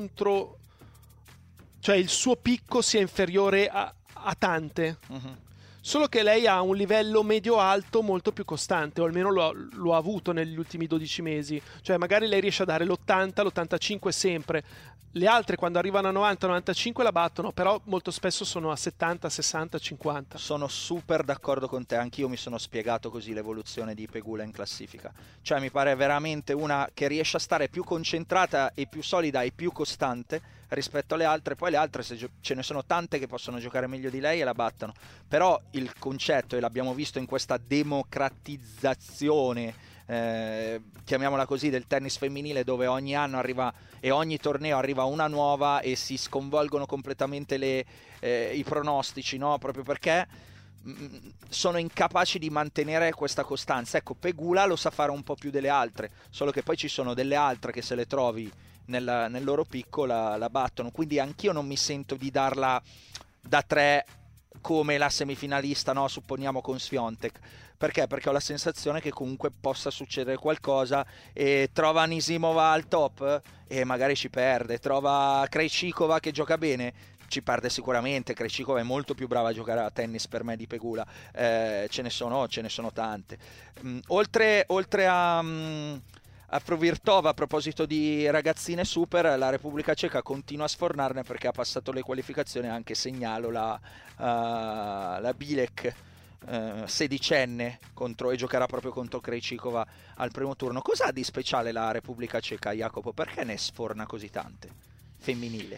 cioè il suo picco sia inferiore a tante. Solo che lei ha un livello medio-alto molto più costante, o almeno lo ha avuto negli ultimi 12 mesi. Cioè magari lei riesce a dare l'80, l'85 sempre. Le altre quando arrivano a 90-95 la battono, però molto spesso sono a 70, 60, 50. Sono super d'accordo con te, anch'io mi sono spiegato così l'evoluzione di Pegula in classifica. Cioè mi pare veramente una che riesce a stare più concentrata e più solida e più costante rispetto alle altre. Poi le altre ce ne sono tante che possono giocare meglio di lei e la battono. Però il concetto, e l'abbiamo visto in questa democratizzazione, chiamiamola così, del tennis femminile, dove ogni anno arriva e ogni torneo arriva una nuova e si sconvolgono completamente i pronostici, no? Proprio perché sono incapaci di mantenere questa costanza. Ecco, Pegula lo sa fare un po' più delle altre, solo che poi ci sono delle altre che se le trovi nel loro picco la battono. Quindi anch'io non mi sento di darla da 3 come la semifinalista, no? Supponiamo con Swiatek. Perché? Perché ho la sensazione che comunque possa succedere qualcosa e trova Anisimova al top e magari ci perde, trova Krejcikova che gioca bene, ci perde sicuramente. Krejcikova è molto più brava a giocare a tennis per me di Pegula. Ce ne sono tante. Oltre a Fruirtova, a proposito di ragazzine super, la Repubblica Ceca continua a sfornarne perché ha passato le qualificazioni. Anche segnalo la Bilek, 16enne, e giocherà proprio contro Krejcikova al primo turno. Cos'ha di speciale la Repubblica Ceca, Jacopo? Perché ne sforna così tante femminile?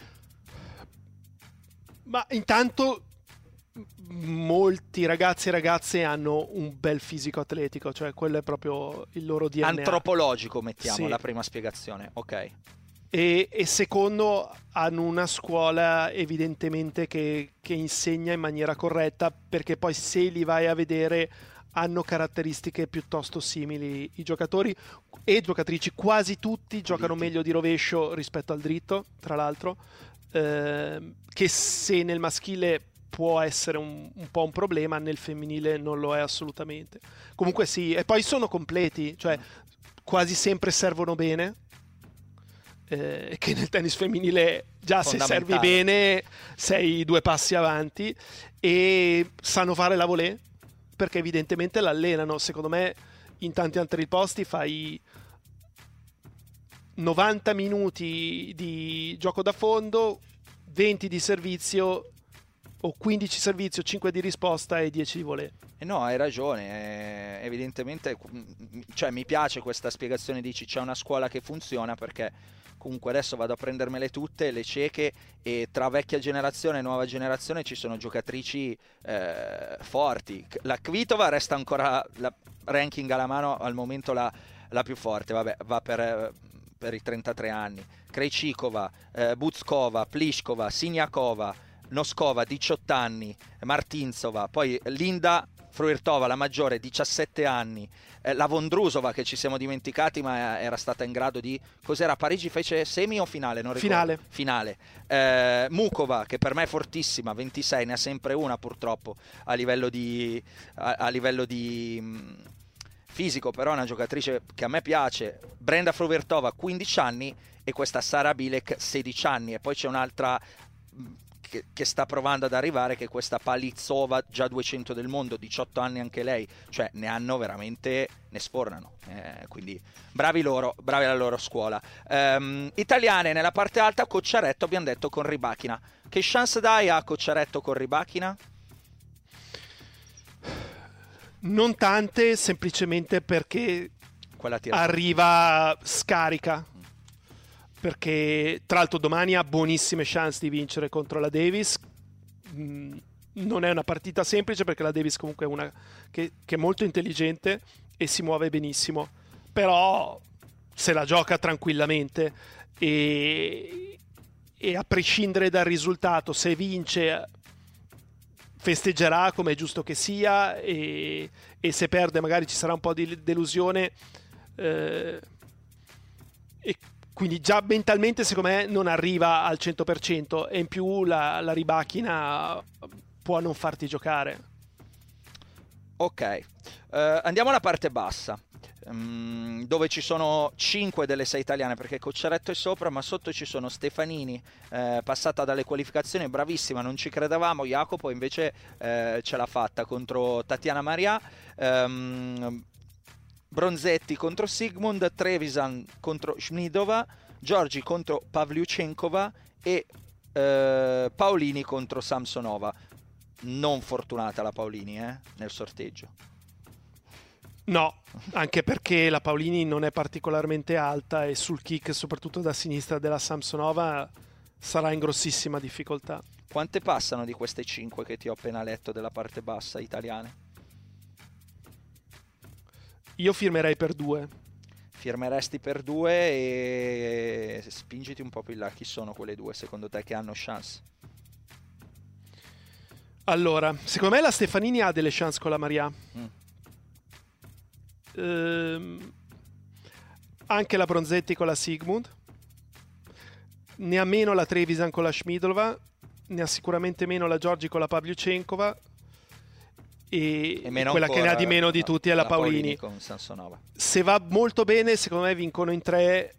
Ma intanto molti ragazzi e ragazze hanno un bel fisico atletico, cioè quello è proprio il loro DNA. Antropologico, mettiamo, sì. La prima spiegazione, ok. E secondo, hanno una scuola evidentemente che insegna in maniera corretta, perché poi se li vai a vedere hanno caratteristiche piuttosto simili. I giocatori e giocatrici, quasi tutti, giocano meglio di rovescio rispetto al dritto, tra l'altro, che se nel maschile può essere un po' un problema, nel femminile non lo è assolutamente. Comunque sì, e poi sono completi, cioè quasi sempre servono bene. che nel tennis femminile già se servi bene sei 2 passi avanti, e sanno fare la volée perché evidentemente l'allenano. Secondo me in tanti altri posti fai 90 minuti di gioco da fondo, 20 di servizio o 15 servizio, 5 di risposta e 10 di volée. No, hai ragione, evidentemente, cioè mi piace questa spiegazione, dici c'è una scuola che funziona, perché comunque adesso vado a prendermele tutte le cieche, e tra vecchia generazione e nuova generazione ci sono giocatrici forti. La Kvitova resta ancora, la ranking alla mano al momento, la più forte, vabbè, va per i 33 anni. Krejcikova, Buzkova, Pliskova, Siniakova, Noskova 18 anni, Martinsova, poi Linda Fruirtova la maggiore 17 anni, la Vondrusova che ci siamo dimenticati ma era stata in grado di, cos'era, Parigi fece semi o finale? Non ricordo. Finale. Mukova che per me è fortissima, 26, ne ha sempre una purtroppo a livello di fisico, però è una giocatrice che a me piace. Brenda Fruirtova 15 anni e questa Sara Bilek 16 anni, e poi c'è un'altra che sta provando ad arrivare, che è questa Palizova, già 200 del mondo, 18 anni anche lei, cioè ne hanno veramente, ne sfornano, quindi bravi loro, bravi la loro scuola. Italiane nella parte alta, Cocciaretto abbiamo detto con Rybakina. Che chance dai a Cocciaretto con Rybakina? Non tante, semplicemente perché arriva scarica, perché tra l'altro domani ha buonissime chance di vincere contro la Davis. Non è una partita semplice, perché la Davis comunque è una che è molto intelligente e si muove benissimo, però se la gioca tranquillamente, e a prescindere dal risultato, se vince festeggerà come è giusto che sia, e se perde magari ci sarà un po' di delusione, e quindi già mentalmente secondo me non arriva al 100%, e in più la Rybakina può non farti giocare. Ok, andiamo alla parte bassa, dove ci sono 5 delle 6 italiane, perché Cocciaretto è sopra, ma sotto ci sono Stefanini, passata dalle qualificazioni, bravissima, non ci credevamo. Jacopo invece ce l'ha fatta contro Tatiana Maria, Bronzetti contro Sigmund, Trevisan contro Schmidova, Giorgi contro Pavlyuchenkova e Paolini contro Samsonova. Non fortunata la Paolini nel sorteggio. No, anche perché la Paolini non è particolarmente alta, e sul kick, soprattutto da sinistra della Samsonova, sarà in grossissima difficoltà. Quante passano di queste 5 che ti ho appena letto della parte bassa italiane? Io firmerei per 2. Firmeresti per 2, e spingiti un po' più in là. Chi sono quelle 2 secondo te che hanno chance? Allora, secondo me la Stefanini ha delle chance con la Maria. Anche la Bronzetti con la Sigmund. Ne ha meno la Trevisan con la Schmidova. Ne ha sicuramente meno la Giorgi con la Pavlyuchenkova. E quella che ne ha di meno di tutti è la Paolini con Samsonova. Se va molto bene, secondo me vincono in 3.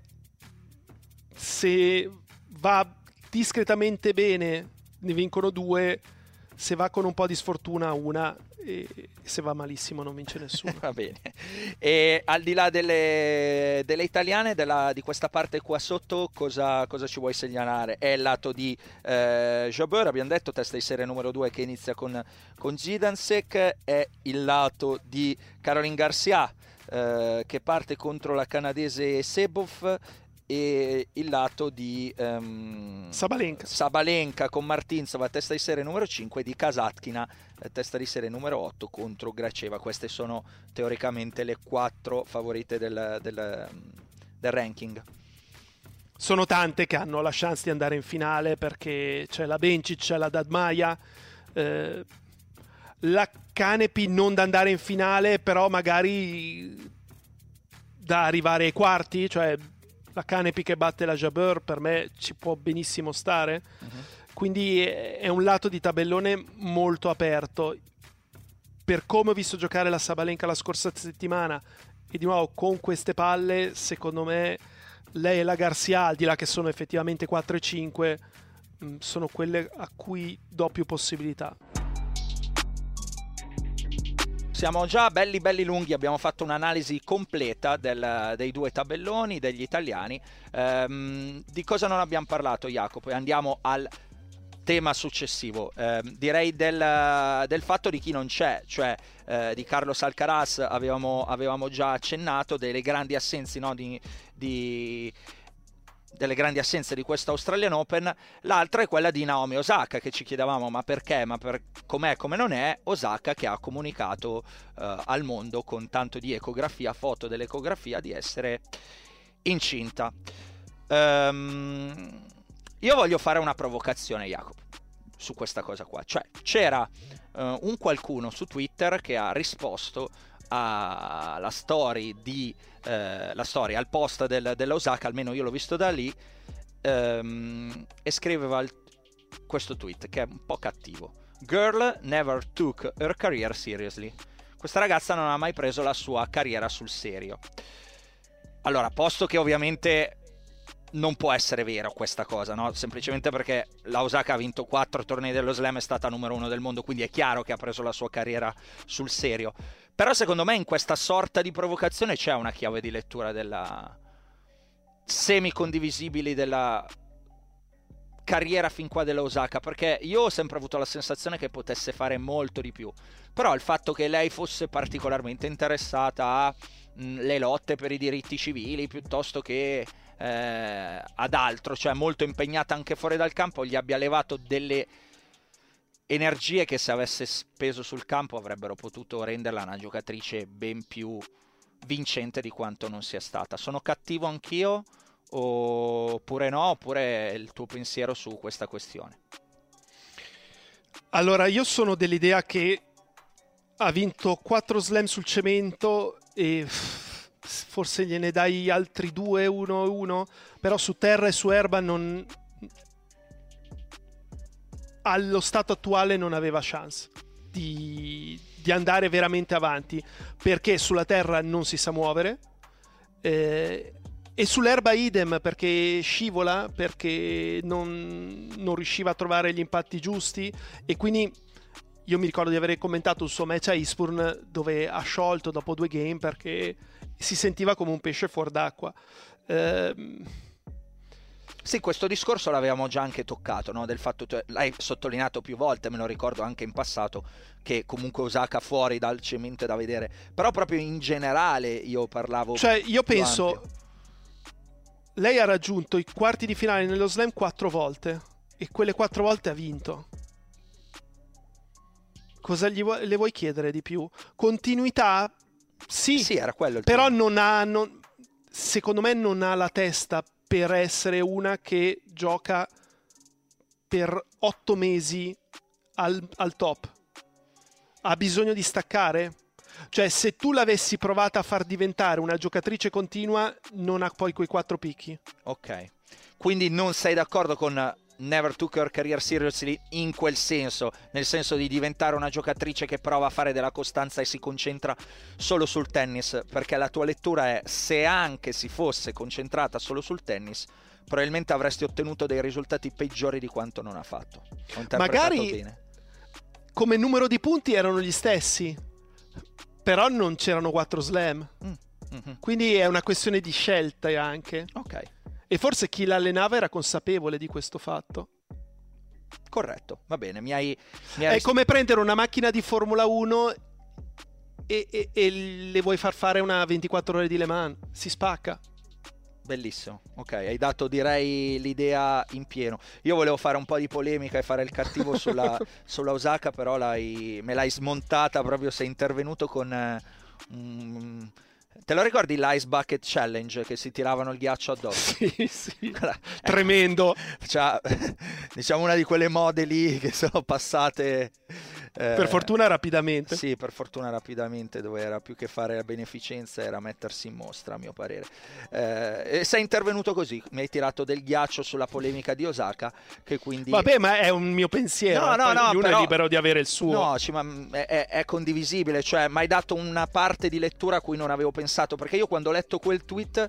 Se va discretamente bene, ne vincono 2. Se va con un po' di sfortuna, 1, e se va malissimo non vince nessuno. Va bene. E al di là delle italiane, di questa parte qua sotto, cosa ci vuoi segnalare? È il lato di Jabeur, abbiamo detto, testa di serie numero 2 che inizia con Zidansek. È il lato di Caroline Garcia che parte contro la canadese Sebov, e il lato di Sabalenka con Martinsova, testa di serie numero 5, di Kasatkina, testa di serie numero 8 contro Graceva. Queste sono teoricamente le 4 favorite del ranking. Sono tante che hanno la chance di andare in finale, perché c'è la Bencic, c'è la Dadmaia, la Kanepi non da andare in finale, però magari da arrivare ai quarti, cioè la Kanepi che batte la Jabeur per me ci può benissimo stare. Quindi è un lato di tabellone molto aperto. Per come ho visto giocare la Sabalenka la scorsa settimana, e di nuovo con queste palle, secondo me lei e la Garcia, al di là che sono effettivamente 4 e 5, sono quelle a cui do più possibilità. Siamo già belli lunghi, abbiamo fatto un'analisi completa dei due tabelloni, degli italiani. Di cosa non abbiamo parlato, Jacopo? E andiamo al tema successivo. Direi del fatto di chi non c'è, cioè di Carlos Alcaraz avevamo già accennato, delle grandi assenze, no? Delle grandi assenze di questo Australian Open. L'altra è quella di Naomi Osaka, che ci chiedevamo ma perché, ma com'è, come non è. Osaka che ha comunicato al mondo con tanto di ecografia, foto dell'ecografia, di essere incinta. Io voglio fare una provocazione, Jacopo, su questa cosa qua. Cioè, c'era un qualcuno su Twitter che ha risposto alla story al post della Osaka, almeno io l'ho visto da lì, e scriveva questo tweet che è un po' cattivo. Girl never took her career seriously. Questa ragazza non ha mai preso la sua carriera sul serio. Allora, posto che ovviamente non può essere vero questa cosa, no? Semplicemente perché la Osaka ha vinto 4 tornei dello Slam, è stata numero 1 del mondo, quindi è chiaro che ha preso la sua carriera sul serio. Però secondo me in questa sorta di provocazione c'è una chiave di lettura della semi-condivisibili della carriera fin qua della Osaka, perché io ho sempre avuto la sensazione che potesse fare molto di più. Però il fatto che lei fosse particolarmente interessata alle lotte per i diritti civili piuttosto che ad altro, cioè molto impegnata anche fuori dal campo, gli abbia levato delle energie che se avesse speso sul campo avrebbero potuto renderla una giocatrice ben più vincente di quanto non sia stata. Sono cattivo anch'io oppure no? Oppure il tuo pensiero su questa questione? Allora, io sono dell'idea che ha vinto 4 slam sul cemento e forse gliene dai altri 2, 1, però su terra e su erba non, allo stato attuale non aveva chance di andare veramente avanti, perché sulla terra non si sa muovere e sull'erba idem, perché scivola, perché non riusciva a trovare gli impatti giusti. E quindi io mi ricordo di aver commentato il suo match a Eastbourne, dove ha sciolto dopo 2 game perché si sentiva come un pesce fuor d'acqua. Sì, questo discorso l'avevamo già anche toccato, no? Del fatto, l'hai sottolineato più volte, me lo ricordo anche in passato, che comunque Osaka fuori dal cemento è da vedere. Però proprio in generale io parlavo. Cioè, io penso, ampio. Lei ha raggiunto i quarti di finale nello Slam 4 volte e quelle 4 volte ha vinto. Cosa le vuoi chiedere di più? Continuità? Sì, era quello il però tema. secondo me non ha la testa per essere una che gioca per 8 mesi al top. Ha bisogno di staccare? Cioè, se tu l'avessi provata a far diventare una giocatrice continua, non ha poi quei 4 picchi. Ok, quindi non sei d'accordo con never took her career seriously in quel senso, nel senso di diventare una giocatrice che prova a fare della costanza e si concentra solo sul tennis, perché la tua lettura è: se anche si fosse concentrata solo sul tennis, probabilmente avresti ottenuto dei risultati peggiori di quanto non ha fatto. Ho interpretato magari bene. Come numero di punti erano gli stessi, però non c'erano 4 slam. Quindi è una questione di scelta anche. Ok. E forse chi l'allenava era consapevole di questo fatto. Corretto, va bene. È come prendere una macchina di Formula 1 e le vuoi far fare una 24 ore di Le Mans. Si spacca. Bellissimo, ok, hai dato direi l'idea in pieno. Io volevo fare un po' di polemica e fare il cattivo sulla Osaka, però me l'hai smontata proprio, sei intervenuto con... te lo ricordi l'Ice Bucket Challenge, che si tiravano il ghiaccio addosso? Sì. Tremendo. Cioè, diciamo una di quelle mode lì che sono passate... per fortuna rapidamente. Sì, per fortuna rapidamente, dove era più che fare la beneficenza, era mettersi in mostra, a mio parere. E sei intervenuto così, mi hai tirato del ghiaccio sulla polemica di Osaka, che quindi... Vabbè, ma è un mio pensiero. No, ognuno però... è libero di avere il suo. No, è condivisibile, cioè mi hai dato una parte di lettura a cui non avevo pensato, perché io quando ho letto quel tweet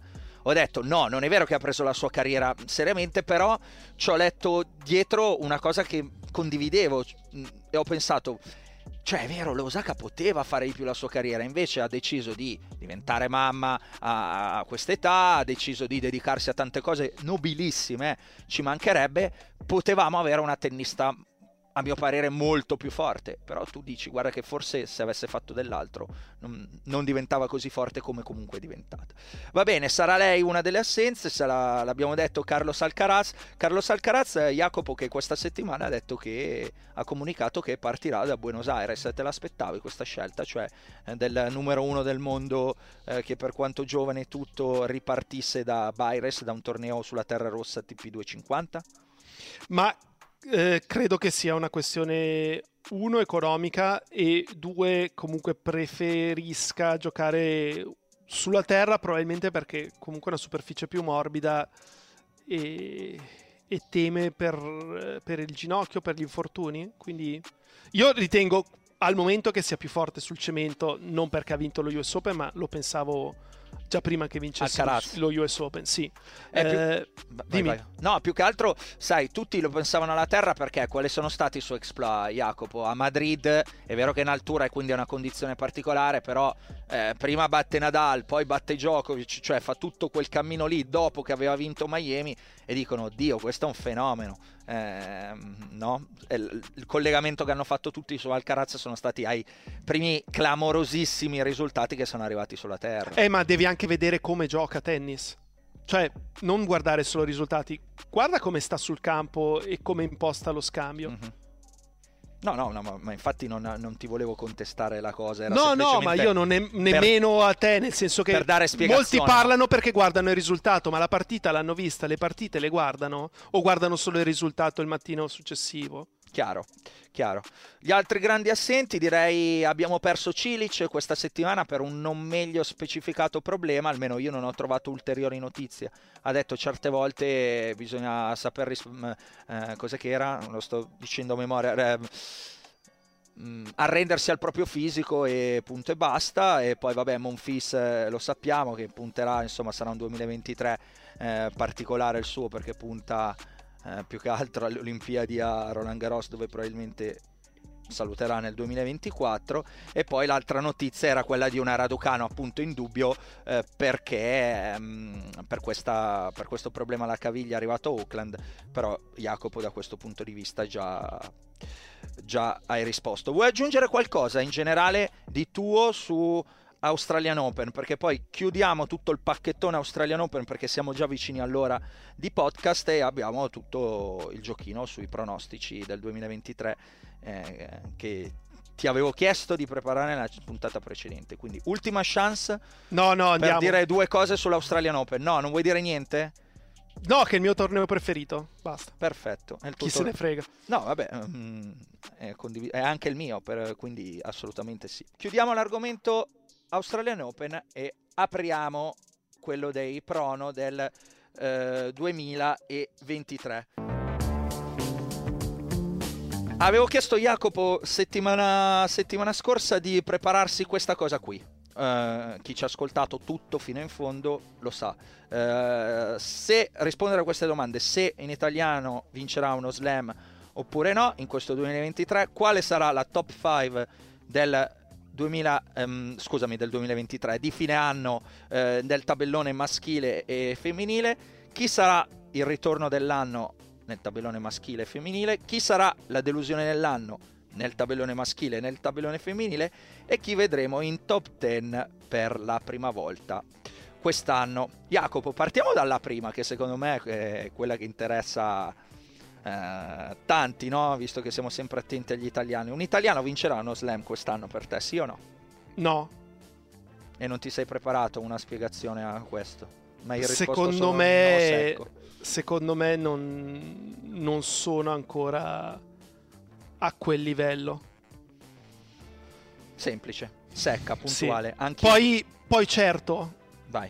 ho detto no, non è vero che ha preso la sua carriera seriamente, però ci ho letto dietro una cosa che condividevo e ho pensato, cioè è vero, Osaka poteva fare di più la sua carriera, invece ha deciso di diventare mamma a quest'età, ha deciso di dedicarsi a tante cose nobilissime, ci mancherebbe. Potevamo avere una tennista a mio parere molto più forte, però tu dici guarda che forse se avesse fatto dell'altro non diventava così forte come comunque è diventata. Va bene, sarà lei una delle assenze, l'abbiamo detto, Carlos Alcaraz, Jacopo, che questa settimana ha detto che ha comunicato che partirà da Buenos Aires. Te l'aspettavi questa scelta, cioè del numero 1 del mondo che per quanto giovane e tutto ripartisse da Baires, da un torneo sulla terra rossa TP 250? Ma credo che sia una questione, uno, economica, e due, comunque preferisca giocare sulla terra, probabilmente perché comunque è una superficie più morbida e teme per il ginocchio, per gli infortuni. Quindi io ritengo al momento che sia più forte sul cemento, non perché ha vinto lo US Open, ma lo pensavo già prima che vincesse lo US Open, sì. Dimmi. Vai. No, più che altro, sai, tutti lo pensavano alla terra perché quali sono stati i suoi exploit, Jacopo? A Madrid è vero che è in altura e quindi è una condizione particolare, però prima batte Nadal, poi batte Djokovic, cioè fa tutto quel cammino lì dopo che aveva vinto Miami e dicono, oddio, questo è un fenomeno. No? Il collegamento che hanno fatto tutti su Alcaraz sono stati ai primi clamorosissimi risultati che sono arrivati sulla terra. Ma devi anche vedere come gioca tennis, cioè non guardare solo i risultati, guarda come sta sul campo e come imposta lo scambio. Mm-hmm. No, ma infatti non ti volevo contestare la cosa. Era no, ma io nemmeno a te, nel senso che per dare spiegazione. Molti parlano perché guardano il risultato, ma la partita l'hanno vista, le partite le guardano o guardano solo il risultato il mattino successivo? Chiaro. Gli altri grandi assenti, direi abbiamo perso Cilic questa settimana per un non meglio specificato problema, almeno io non ho trovato ulteriori notizie. Ha detto certe volte bisogna saper cos'è che era, non lo sto dicendo a memoria, arrendersi al proprio fisico e punto e basta. E poi vabbè, Monfils lo sappiamo che punterà, insomma sarà un 2023 particolare il suo, perché punta più che altro alle Olimpiadi a Roland Garros, dove probabilmente saluterà nel 2024. E poi l'altra notizia era quella di una Raducanu appunto in dubbio perché per questo problema alla caviglia arrivato a Auckland, però Jacopo da questo punto di vista già hai risposto. Vuoi aggiungere qualcosa in generale di tuo su Australian Open, perché poi chiudiamo tutto il pacchettone Australian Open, perché siamo già vicini all'ora di podcast e abbiamo tutto il giochino sui pronostici del 2023 che ti avevo chiesto di preparare nella puntata precedente. Quindi ultima chance per andiamo. Dire due cose sull'Australian Open. No, non vuoi dire niente? No, che è il mio torneo preferito, basta. Perfetto. Chi se ne frega. No, vabbè, è anche il mio, quindi assolutamente sì. Chiudiamo l'argomento Australian Open e apriamo quello dei prono del 2023. Avevo chiesto a Jacopo settimana scorsa di prepararsi questa cosa qui. Chi ci ha ascoltato tutto fino in fondo lo sa. Se rispondere a queste domande, se in italiano vincerà uno slam oppure no in questo 2023, quale sarà la top 5 del 2023 di fine anno del tabellone maschile e femminile, chi sarà il ritorno dell'anno nel tabellone maschile e femminile, chi sarà la delusione dell'anno nel tabellone maschile e nel tabellone femminile, e chi vedremo in top 10 per la prima volta quest'anno. Jacopo, partiamo dalla prima, che secondo me è quella che interessa tanti, no? Visto che siamo sempre attenti agli italiani. Un italiano vincerà uno slam quest'anno per te, sì o no? No. E non ti sei preparato una spiegazione a questo? Ma secondo me non sono ancora a quel livello. Semplice, secca, puntuale. Sì. Anche poi certo, vai.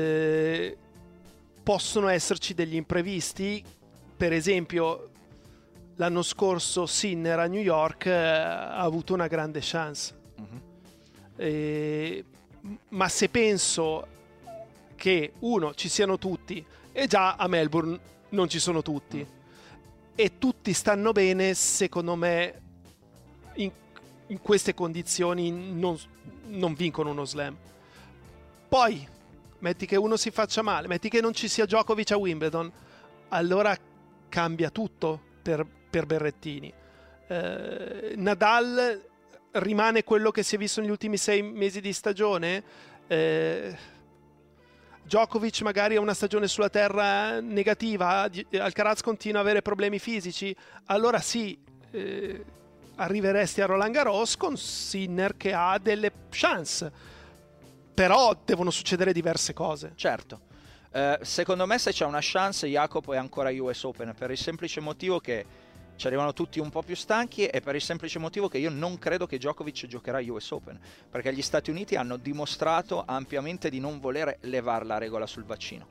Possono esserci degli imprevisti. Per esempio l'anno scorso Sinner a New York ha avuto una grande chance. Ma se penso che uno ci siano tutti, e già a Melbourne non ci sono tutti, e tutti stanno bene, secondo me in queste condizioni non vincono uno slam. Poi metti che uno si faccia male, metti che non ci sia Djokovic a Wimbledon, allora cambia tutto per Berrettini. Nadal rimane quello che si è visto negli ultimi 6 mesi di stagione. Djokovic magari ha una stagione sulla terra negativa, Alcaraz continua a avere problemi fisici, allora sì, arriveresti a Roland Garros con Sinner che ha delle chance, però devono succedere diverse cose. Certo. Secondo me se c'è una chance Jacopo è ancora US Open, per il semplice motivo che ci arrivano tutti un po' più stanchi, e per il semplice motivo che io non credo che Djokovic giocherà US Open, perché gli Stati Uniti hanno dimostrato ampiamente di non voler levare la regola sul vaccino,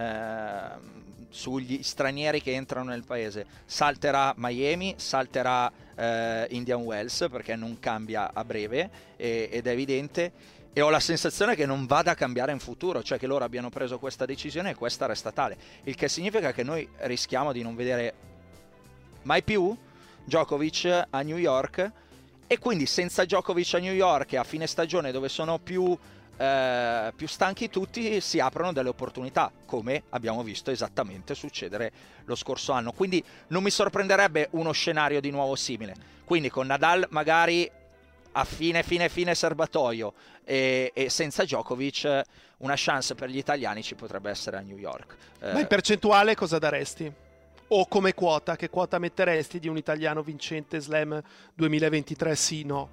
sugli stranieri che entrano nel paese. Salterà Miami, salterà Indian Wells, perché non cambia a breve, ed è evidente, e ho la sensazione che non vada a cambiare in futuro, cioè che loro abbiano preso questa decisione e questa resta tale, il che significa che noi rischiamo di non vedere mai più Djokovic a New York, e quindi senza Djokovic a New York e a fine stagione, dove sono più stanchi tutti, si aprono delle opportunità, come abbiamo visto esattamente succedere lo scorso anno. Quindi non mi sorprenderebbe uno scenario di nuovo simile, quindi con Nadal magari a fine serbatoio e senza Djokovic, una chance per gli italiani ci potrebbe essere a New York. Ma in percentuale cosa daresti? O come quota, che quota metteresti di un italiano vincente Slam 2023? Sì, no.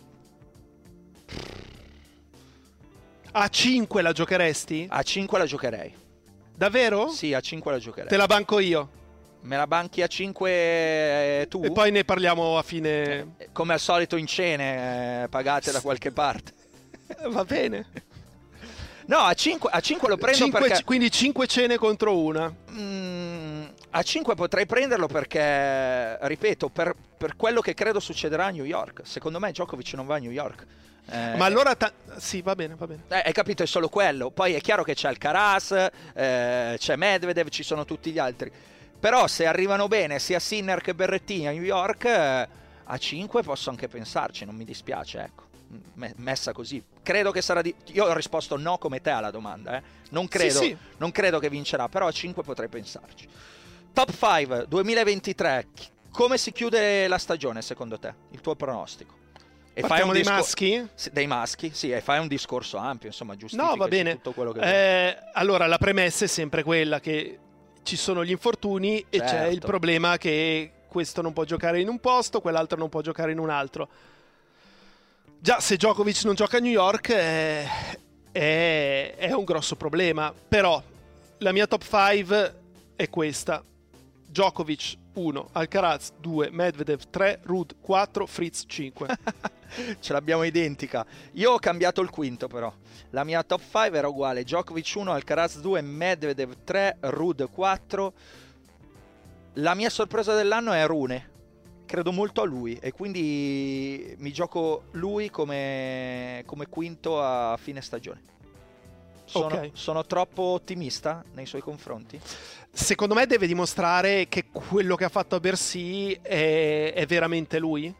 A 5 la giocheresti? A 5 la giocherei. Davvero? Sì, a 5 la giocherei. Te la banco io. Me la banchi a 5 tu? E poi ne parliamo a fine... Come al solito in cene, pagate da qualche parte. Va bene. No, a 5 lo prendo perché... Quindi 5 cene contro una. A 5 potrei prenderlo perché, ripeto, per quello che credo succederà a New York. Secondo me Djokovic non va a New York. Ma allora... sì, va bene. Hai capito, è solo quello. Poi è chiaro che c'è Alcaraz, c'è Medvedev, ci sono tutti gli altri. Però se arrivano bene sia Sinner che Berrettini a New York, a 5 posso anche pensarci, non mi dispiace, ecco. Messa così. Credo che sarà io ho risposto no come te alla domanda, Non credo, sì. Non credo che vincerà, però a 5 potrei pensarci. Top 5 2023. Come si chiude la stagione secondo te? Il tuo pronostico? E parliamo dei maschi? Dei maschi, sì, e fai un discorso ampio, insomma, giustifica no, va bene. Tutto quello che allora, la premessa è sempre quella che ci sono gli infortuni, certo. E c'è il problema che questo non può giocare in un posto, quell'altro non può giocare in un altro. Già, se Djokovic non gioca a New York è un grosso problema. Però la mia top 5 è questa: Djokovic 1, Alcaraz 2, Medvedev 3, Ruud 4, Fritz 5. Ce l'abbiamo identica. Io ho cambiato il quinto, però la mia top 5 era uguale: Djokovic 1, Alcaraz 2, Medvedev 3, Ruud 4. La mia sorpresa dell'anno è Rune. Credo molto a lui e quindi mi gioco lui come quinto a fine stagione. Sono troppo ottimista nei suoi confronti? Secondo me deve dimostrare che quello che ha fatto a Bercy è veramente lui.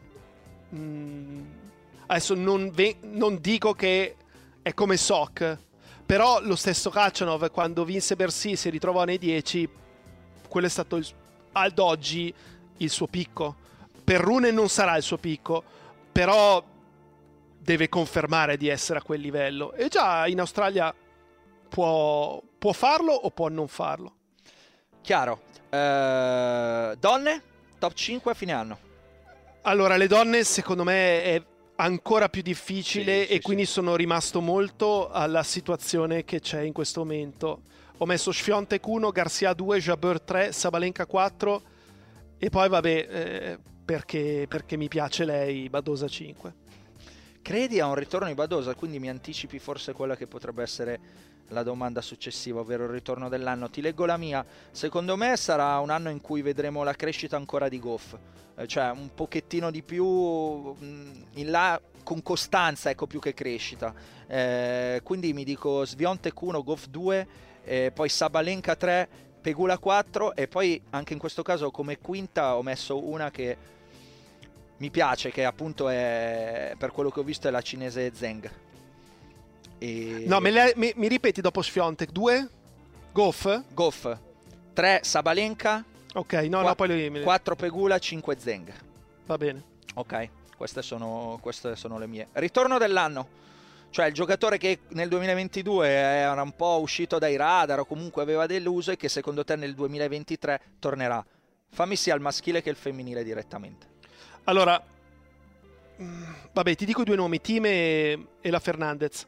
Adesso non dico che è come Sock, però lo stesso Khachanov, quando vinse Bercy, si ritrovò nei 10. Quello è stato ad oggi il suo picco. Per Rune non sarà il suo picco, però deve confermare di essere a quel livello. E già in Australia può farlo o può non farlo. Chiaro. Donne, top 5 a fine anno. Allora, le donne secondo me è ancora più difficile, sì, quindi sono rimasto molto alla situazione che c'è in questo momento. Ho messo Swiatek 1, Garcia 2, Jabeur 3, Sabalenka 4 e poi vabbè, perché mi piace lei, Badosa 5. Credi a un ritorno di Badosa? Quindi mi anticipi forse quella che potrebbe essere la domanda successiva, ovvero il ritorno dell'anno. Ti leggo la mia. Secondo me sarà un anno in cui vedremo la crescita ancora di Gauff, cioè un pochettino di più in là. con costanza, ecco, più che crescita. Quindi mi dico Swiatek 1, Goff 2, poi Sabalenka 3, Pegula 4, e poi anche in questo caso come quinta ho messo una che mi piace, che appunto è, per quello che ho visto, è la cinese Zheng. No, mi ripeti dopo Swiatek 2? Goff? 3 Sabalenka, ok, no, poi 4 Pegula, 5 Zheng. Va bene. Ok, queste sono le mie. Ritorno dell'anno, cioè il giocatore che nel 2022 era un po' uscito dai radar o comunque aveva deluso e che secondo te nel 2023 tornerà. Fammi sia il maschile che il femminile direttamente. Allora, vabbè, ti dico 2 nomi, Thiem e la Fernandez.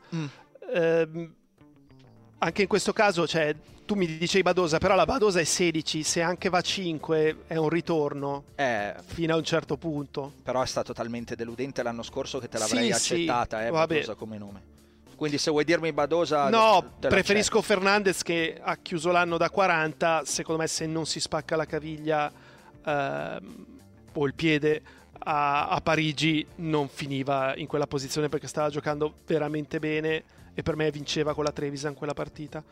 Anche in questo caso, cioè, tu mi dicevi Badosa, però la Badosa è 16, se anche va 5 è un ritorno fino a un certo punto. Però è stato talmente deludente l'anno scorso che te l'avrei accettata, Badosa come nome. Quindi se vuoi dirmi Badosa... No, preferisco Fernandez, che ha chiuso l'anno da 40, secondo me se non si spacca la caviglia o il piede a Parigi non finiva in quella posizione, perché stava giocando veramente bene e per me vinceva con la Trevisan quella partita.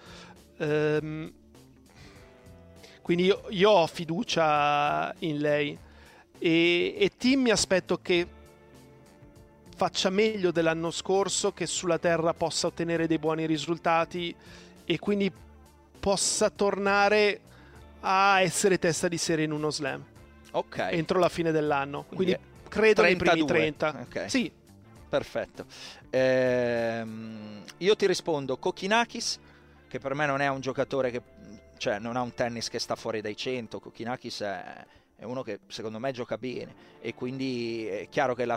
Quindi io ho fiducia in lei e Thiem mi aspetto che faccia meglio dell'anno scorso, che sulla terra possa ottenere dei buoni risultati e quindi possa tornare a essere testa di serie in uno slam entro la fine dell'anno, quindi credo 32. Nei primi 30. Okay. Sì, perfetto. Io ti rispondo Kokkinakis, che per me non è un giocatore che, cioè, non ha un tennis che sta fuori dai 100. Kokkinakis è uno che secondo me gioca bene e quindi è chiaro che i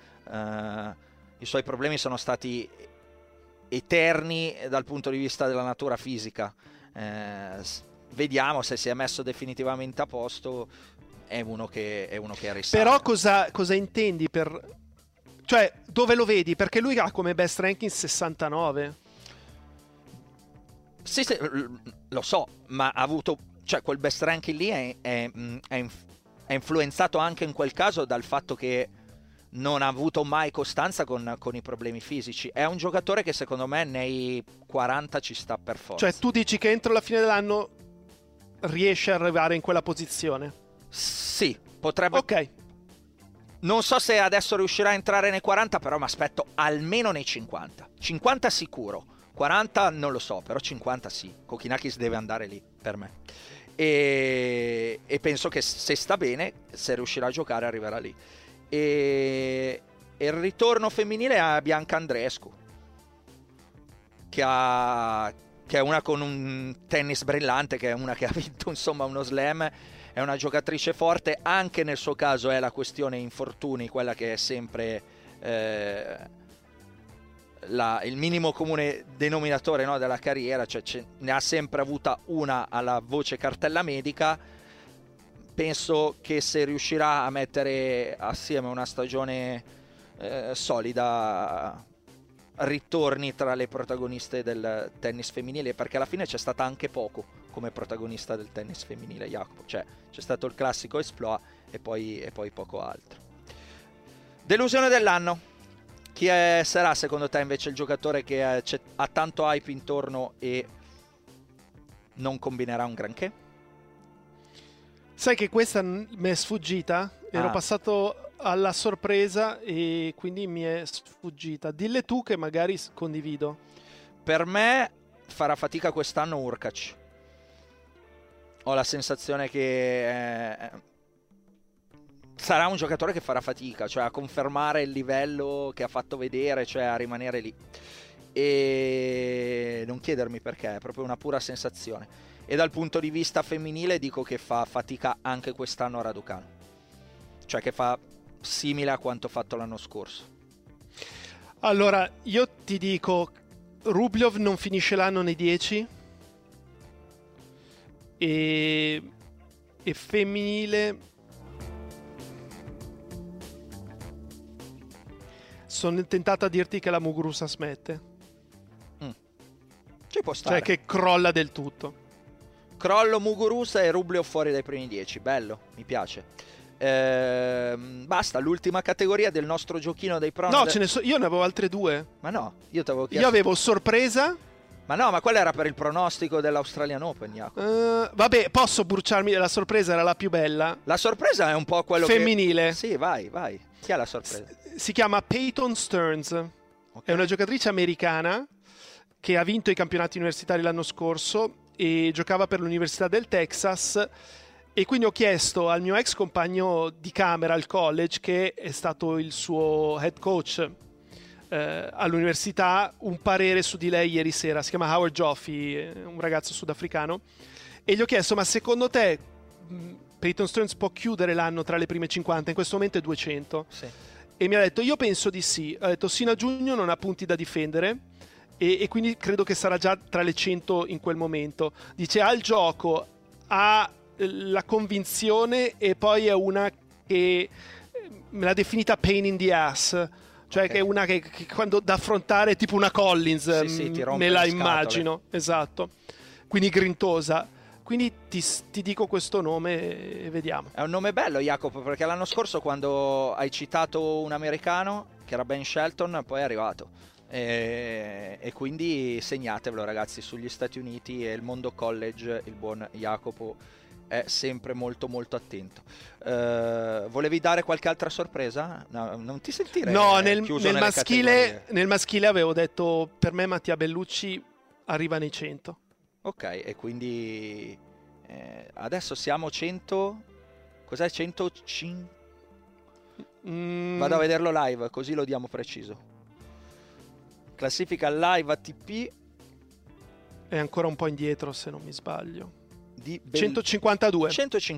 suoi problemi sono stati eterni dal punto di vista della natura fisica. Vediamo se si è messo definitivamente a posto. È uno che risale. Però cosa intendi per... Cioè, dove lo vedi? Perché lui ha come best ranking 69. Sì, lo so, ma ha avuto... Cioè, quel best ranking lì è influenzato anche in quel caso dal fatto che non ha avuto mai costanza con i problemi fisici. È un giocatore che secondo me nei 40 ci sta per forza. Cioè, tu dici che entro la fine dell'anno riesce ad arrivare in quella posizione? Sì, potrebbe... Ok. Non so se adesso riuscirà a entrare nei 40, però mi aspetto almeno nei 50. 50 sicuro, 40 non lo so, però 50 sì. Kokkinakis deve andare lì, per me. E penso che se sta bene, se riuscirà a giocare, arriverà lì. E il ritorno femminile è a Bianca Andreescu, che è una con un tennis brillante, che è una che ha vinto insomma uno slam. È una giocatrice forte, anche nel suo caso è la questione infortuni, quella che è sempre il minimo comune denominatore, no, della carriera, cioè ne ha sempre avuta una alla voce cartella medica. Penso che se riuscirà a mettere assieme una stagione solida, ritorni tra le protagoniste del tennis femminile, perché alla fine c'è stata anche poco come protagonista del tennis femminile, Jacopo. Cioè, c'è stato il classico exploit e poi poco altro. Delusione dell'anno. Chi sarà secondo te invece il giocatore che ha tanto hype intorno e non combinerà un granché? Sai che questa mi è sfuggita? Ero passato alla sorpresa e quindi mi è sfuggita. Dille tu che magari condivido. Per me farà fatica quest'anno Urkac. Ho la sensazione che sarà un giocatore che farà fatica, cioè a confermare il livello che ha fatto vedere, cioè a rimanere lì. E non chiedermi perché, è proprio una pura sensazione. E dal punto di vista femminile dico che fa fatica anche quest'anno a Raducanu, cioè che fa simile a quanto fatto l'anno scorso. Allora, io ti dico, Rublev non finisce l'anno nei 10 e femminile sono tentato a dirti che la Muguruza smette. Ci può stare. Cioè che crolla del tutto. Crollo Muguruza e Rublev fuori dai primi 10. Bello, mi piace. Basta, l'ultima categoria del nostro giochino dei No, io ne avevo altre due. Ma no, io ti avevo chiesto. Io avevo sorpresa. Ma no, ma quella era per il pronostico dell'Australian Open, Jacopo. Vabbè, posso bruciarmi. La sorpresa era la più bella. La sorpresa è un po' quello femminile. Sì, vai. Chi è la sorpresa? Si chiama Peyton Stearns. Okay. È una giocatrice americana che ha vinto i campionati universitari l'anno scorso e giocava per l'Università del Texas. E quindi ho chiesto al mio ex compagno di camera al college, che è stato il suo head coach all'università, un parere su di lei ieri sera. Si chiama Howard Joffe, un ragazzo sudafricano, e gli ho chiesto: ma secondo te Peyton Stearns può chiudere l'anno tra le prime 50? In questo momento è 200. Sì. E mi ha detto: io penso di sì. Ha detto: sino a giugno non ha punti da difendere e quindi credo che sarà già tra le 100 in quel momento. Dice: ha il gioco, ha la convinzione, e poi è una che me l'ha definita pain in the ass, cioè okay, che è una che quando da affrontare, tipo una Collins, sì, me la immagino, esatto, quindi grintosa. Quindi ti dico questo nome e vediamo. È un nome bello, Jacopo, perché l'anno scorso, quando hai citato un americano che era Ben Shelton, poi è arrivato. E quindi segnatevelo, ragazzi, sugli Stati Uniti e il mondo college, il buon Jacopo è sempre molto molto attento. Volevi dare qualche altra sorpresa? No, non ti sentire? No, nel maschile avevo detto: per me Mattia Bellucci arriva nei 100. Ok, e quindi adesso siamo 100. Cos'è 105? Vado a vederlo live, così lo diamo preciso. Classifica live ATP. È ancora un po' indietro, se non mi sbaglio. 152.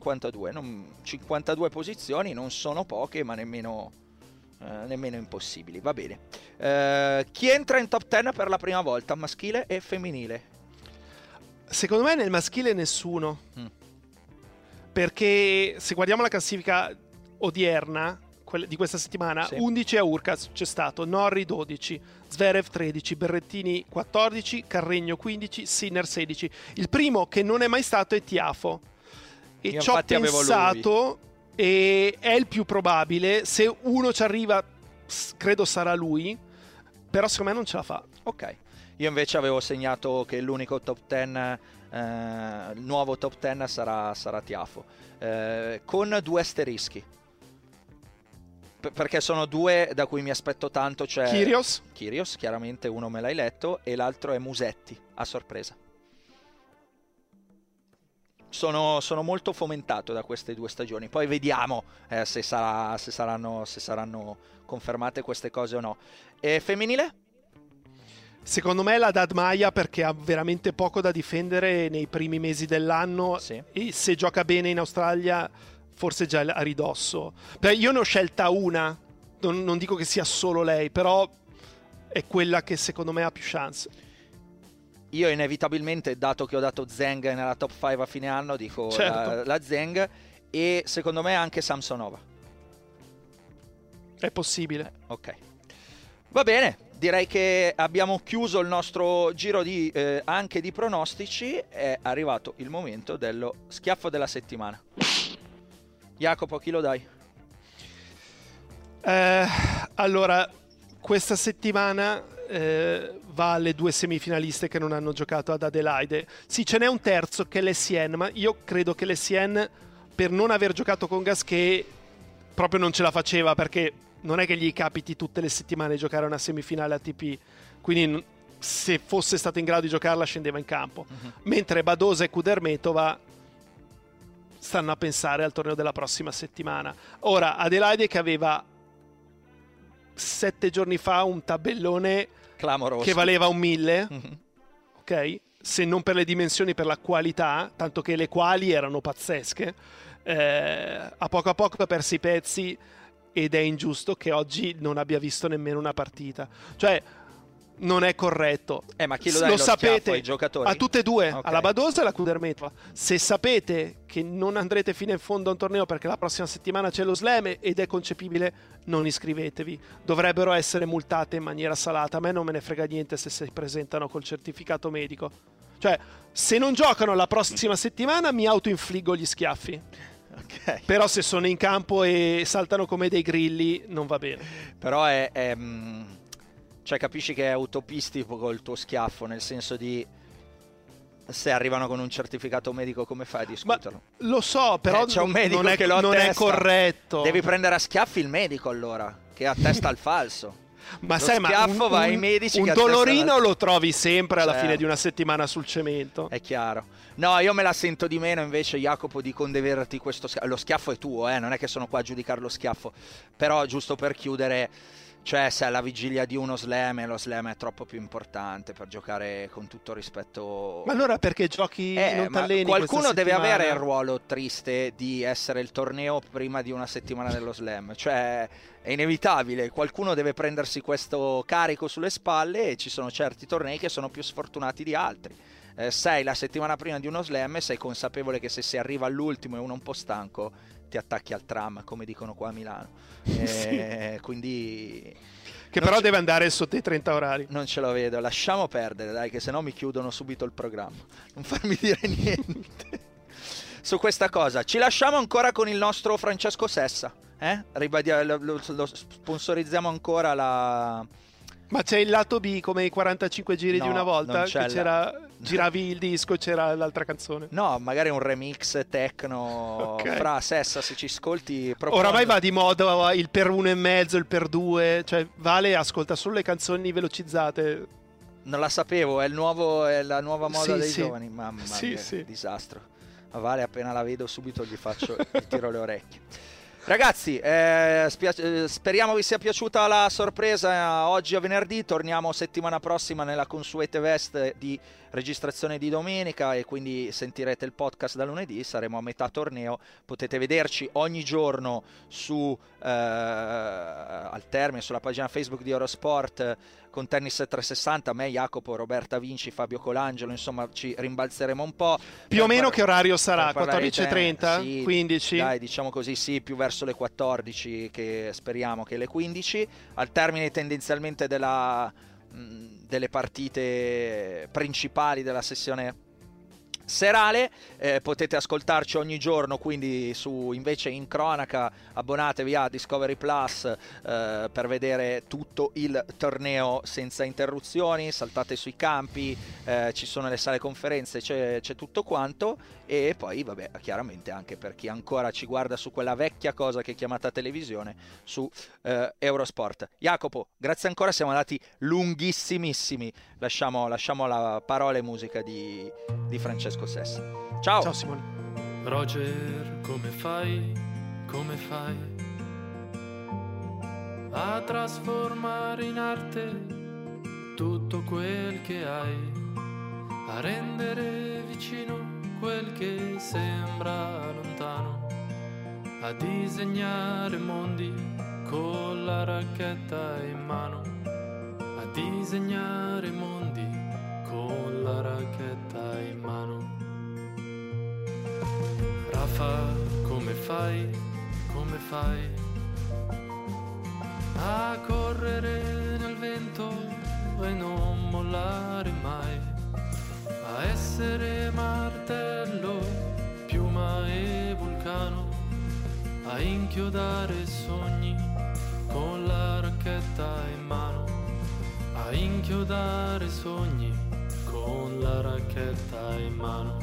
52 posizioni, non sono poche, ma nemmeno impossibili. Va bene. Chi entra in top 10 per la prima volta, maschile e femminile? Secondo me nel maschile nessuno. Perché se guardiamo la classifica odierna di questa settimana, sì, 11 a Urkaz c'è stato, Norrie 12, Zverev 13, Berrettini 14, Carregno 15, Sinner 16. Il primo che non è mai stato è Tiafo. E ci ho pensato, e è il più probabile. Se uno ci arriva, credo sarà lui, però secondo me non ce la fa. Ok, io invece avevo segnato che l'unico top 10, il nuovo top 10 sarà Tiafo, con 2 asterischi. Perché sono 2 da cui mi aspetto tanto, cioè Kyrgios, chiaramente uno me l'hai letto, e l'altro è Musetti, a sorpresa. Sono molto fomentato da queste 2 stagioni, poi vediamo se saranno confermate queste cose o no. E femminile? Secondo me la Dadmaia, perché ha veramente poco da difendere nei primi mesi dell'anno, sì, e se gioca bene in Australia forse già a ridosso. Io ne ho scelta una, non dico che sia solo lei, però è quella che secondo me ha più chance. Io inevitabilmente, dato che ho dato Zheng nella top 5 a fine anno, dico certo, la Zheng, e secondo me anche Samsonova. È possibile. Ok, va bene, direi che abbiamo chiuso il nostro giro anche di pronostici. È arrivato il momento dello schiaffo della settimana. Jacopo, chi lo dai? Allora, questa settimana va alle 2 semifinaliste che non hanno giocato ad Adelaide. Sì, ce n'è un terzo che è l'Essienne, ma io credo che l'Essienne, per non aver giocato con Gasquet, proprio non ce la faceva, perché non è che gli capiti tutte le settimane giocare una semifinale ATP, quindi se fosse stato in grado di giocarla scendeva in campo. Mentre Badosa e Kudermetova stanno a pensare al torneo della prossima settimana. Ora, Adelaide, che aveva 7 giorni fa un tabellone clamoroso che valeva 1000, ok? Se non per le dimensioni, per la qualità, tanto che le quali erano pazzesche, a poco ha perso i pezzi, ed è ingiusto che oggi non abbia visto nemmeno una partita. Cioè, non è corretto. Ma chi lo dai lo sapete ai giocatori? A tutte e due, okay, alla Badosa e alla Kudermetova. Se sapete che non andrete fino in fondo a un torneo perché la prossima settimana c'è lo slam ed è concepibile, non iscrivetevi. Dovrebbero essere multate in maniera salata. A me non me ne frega niente se si presentano col certificato medico. Cioè, se non giocano la prossima settimana mi autoinfliggo gli schiaffi. Okay. Però se sono in campo e saltano come dei grilli non va bene. Però cioè capisci che è utopistico col tuo schiaffo, nel senso di se arrivano con un certificato medico come fai a discuterlo? Ma lo so, però c'è un medico che lo non è corretto. Devi prendere a schiaffi il medico allora, che attesta il falso. Ma lo sai, schiaffo va ai medici un che dolorino attestano... lo trovi sempre alla Certo. fine di una settimana sul cemento. È chiaro. No, io me la sento di meno invece, Jacopo, di condeverti questo schiaffo. Lo schiaffo è tuo, non è che sono qua a giudicare lo schiaffo. Però giusto per chiudere, cioè se alla vigilia di uno slam, lo slam è troppo più importante per giocare, con tutto rispetto. Ma allora perché giochi non t'alleni qualcuno deve settimana? avere il ruolo triste di essere il torneo prima di una settimana dello slam, cioè è inevitabile, qualcuno deve prendersi questo carico sulle spalle e ci sono certi tornei che sono più sfortunati di altri. Sei la settimana prima di uno slam e sei consapevole che se si arriva all'ultimo e uno un po' stanco ti attacchi al tram, come dicono qua a Milano. Sì. Quindi che però deve andare sotto i 30 orari. Non ce lo vedo, lasciamo perdere, dai, che sennò mi chiudono subito il programma. Non farmi dire niente su questa cosa. Ci lasciamo ancora con il nostro Francesco Sessa, lo sponsorizziamo ancora la... Ma c'è il lato B come i 45 giri di una volta? Che giravi il disco e c'era l'altra canzone? No, magari un remix techno. Okay. Fra Sessa, se ci ascolti. Oramai va di moda il per 1,5, il per 2. Cioè, Vale ascolta solo le canzoni velocizzate. Non la sapevo, è la nuova moda dei giovani. Mamma mia, sì. Disastro. Ma Vale, appena la vedo subito gli tiro le orecchie. Ragazzi, speriamo vi sia piaciuta la sorpresa oggi a venerdì. Torniamo settimana prossima nella consuete veste di registrazione di domenica e quindi sentirete il podcast da lunedì. Saremo a metà torneo, potete vederci ogni giorno al termine sulla pagina Facebook di Eurosport con Tennis 360, me, Jacopo, Roberta Vinci, Fabio Colangelo, insomma ci rimbalzeremo un po'. Più o meno che orario sarà? 14:30? Sì, 15? Dai, diciamo così, sì, più verso le 14, che speriamo che le 15, al termine tendenzialmente delle partite principali della sessione serale. Potete ascoltarci ogni giorno, quindi invece in cronaca abbonatevi a Discovery Plus per vedere tutto il torneo senza interruzioni, saltate sui campi, ci sono le sale conferenze, c'è tutto quanto. E poi vabbè, chiaramente anche per chi ancora ci guarda su quella vecchia cosa che è chiamata televisione, su Eurosport. Jacopo, grazie ancora, siamo andati lunghissimissimi. Lasciamo la parola e musica di Francesco Sessa. Ciao. Ciao Simone. Roger, come fai a trasformare in arte tutto quel che hai, a rendere vicino quel che sembra lontano, a disegnare mondi con la racchetta in mano, a disegnare mondi con la racchetta in mano. Rafa, come fai a correre nel vento e non mollare mai, a essere martello, piuma e vulcano, a inchiodare sogni con la racchetta in mano, a inchiodare sogni con la racchetta in mano.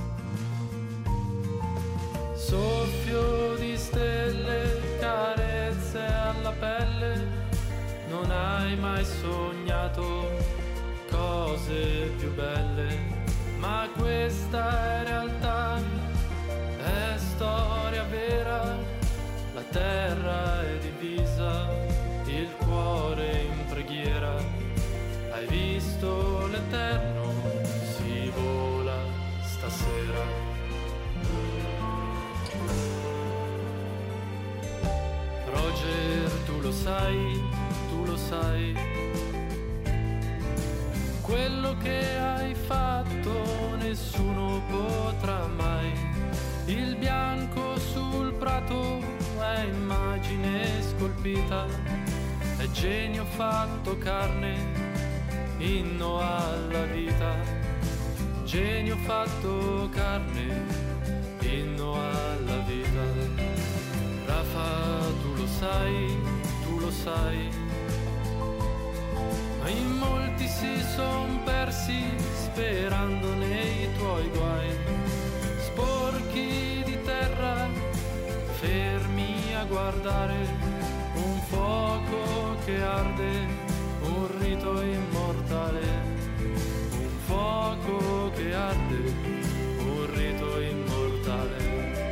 Soffio di stelle, carezze alla pelle, non hai mai sognato cose più belle, ma questa è realtà, è storia vera, la terra è divisa, il cuore in preghiera, hai visto l'Eterno, si vola stasera. Roger, tu lo sai, quello che hai fatto nessuno potrà mai, il bianco sul prato è immagine scolpita, è genio fatto carne, inno alla vita, genio fatto carne, inno alla vita. Rafa, tu lo sai, ma in molti si son persi sperando nei tuoi guai, sporchi di terra, fermi a guardare un fuoco che arde, un rito immortale, un fuoco che arde, un rito immortale.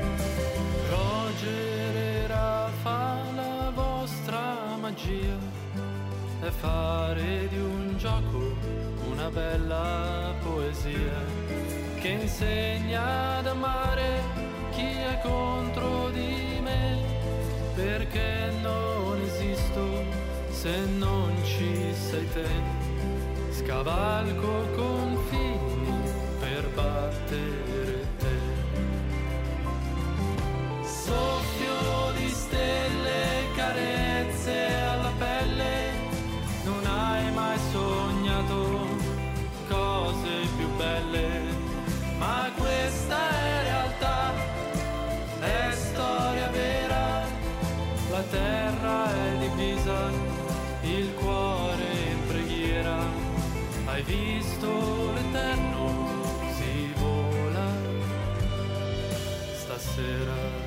Roger e Rafa, la vostra magia è fare di un gioco una bella poesia che insegna ad amare chi è contro di me, perché non esisto se non ci sei te, scavalco confini per battere te. Soffio di stelle, carezze alla pelle, non hai mai sognato cose più belle, ma questa è realtà, è storia vera, la terra è divisa, il cuore in preghiera, hai visto l'eterno, si vola stasera.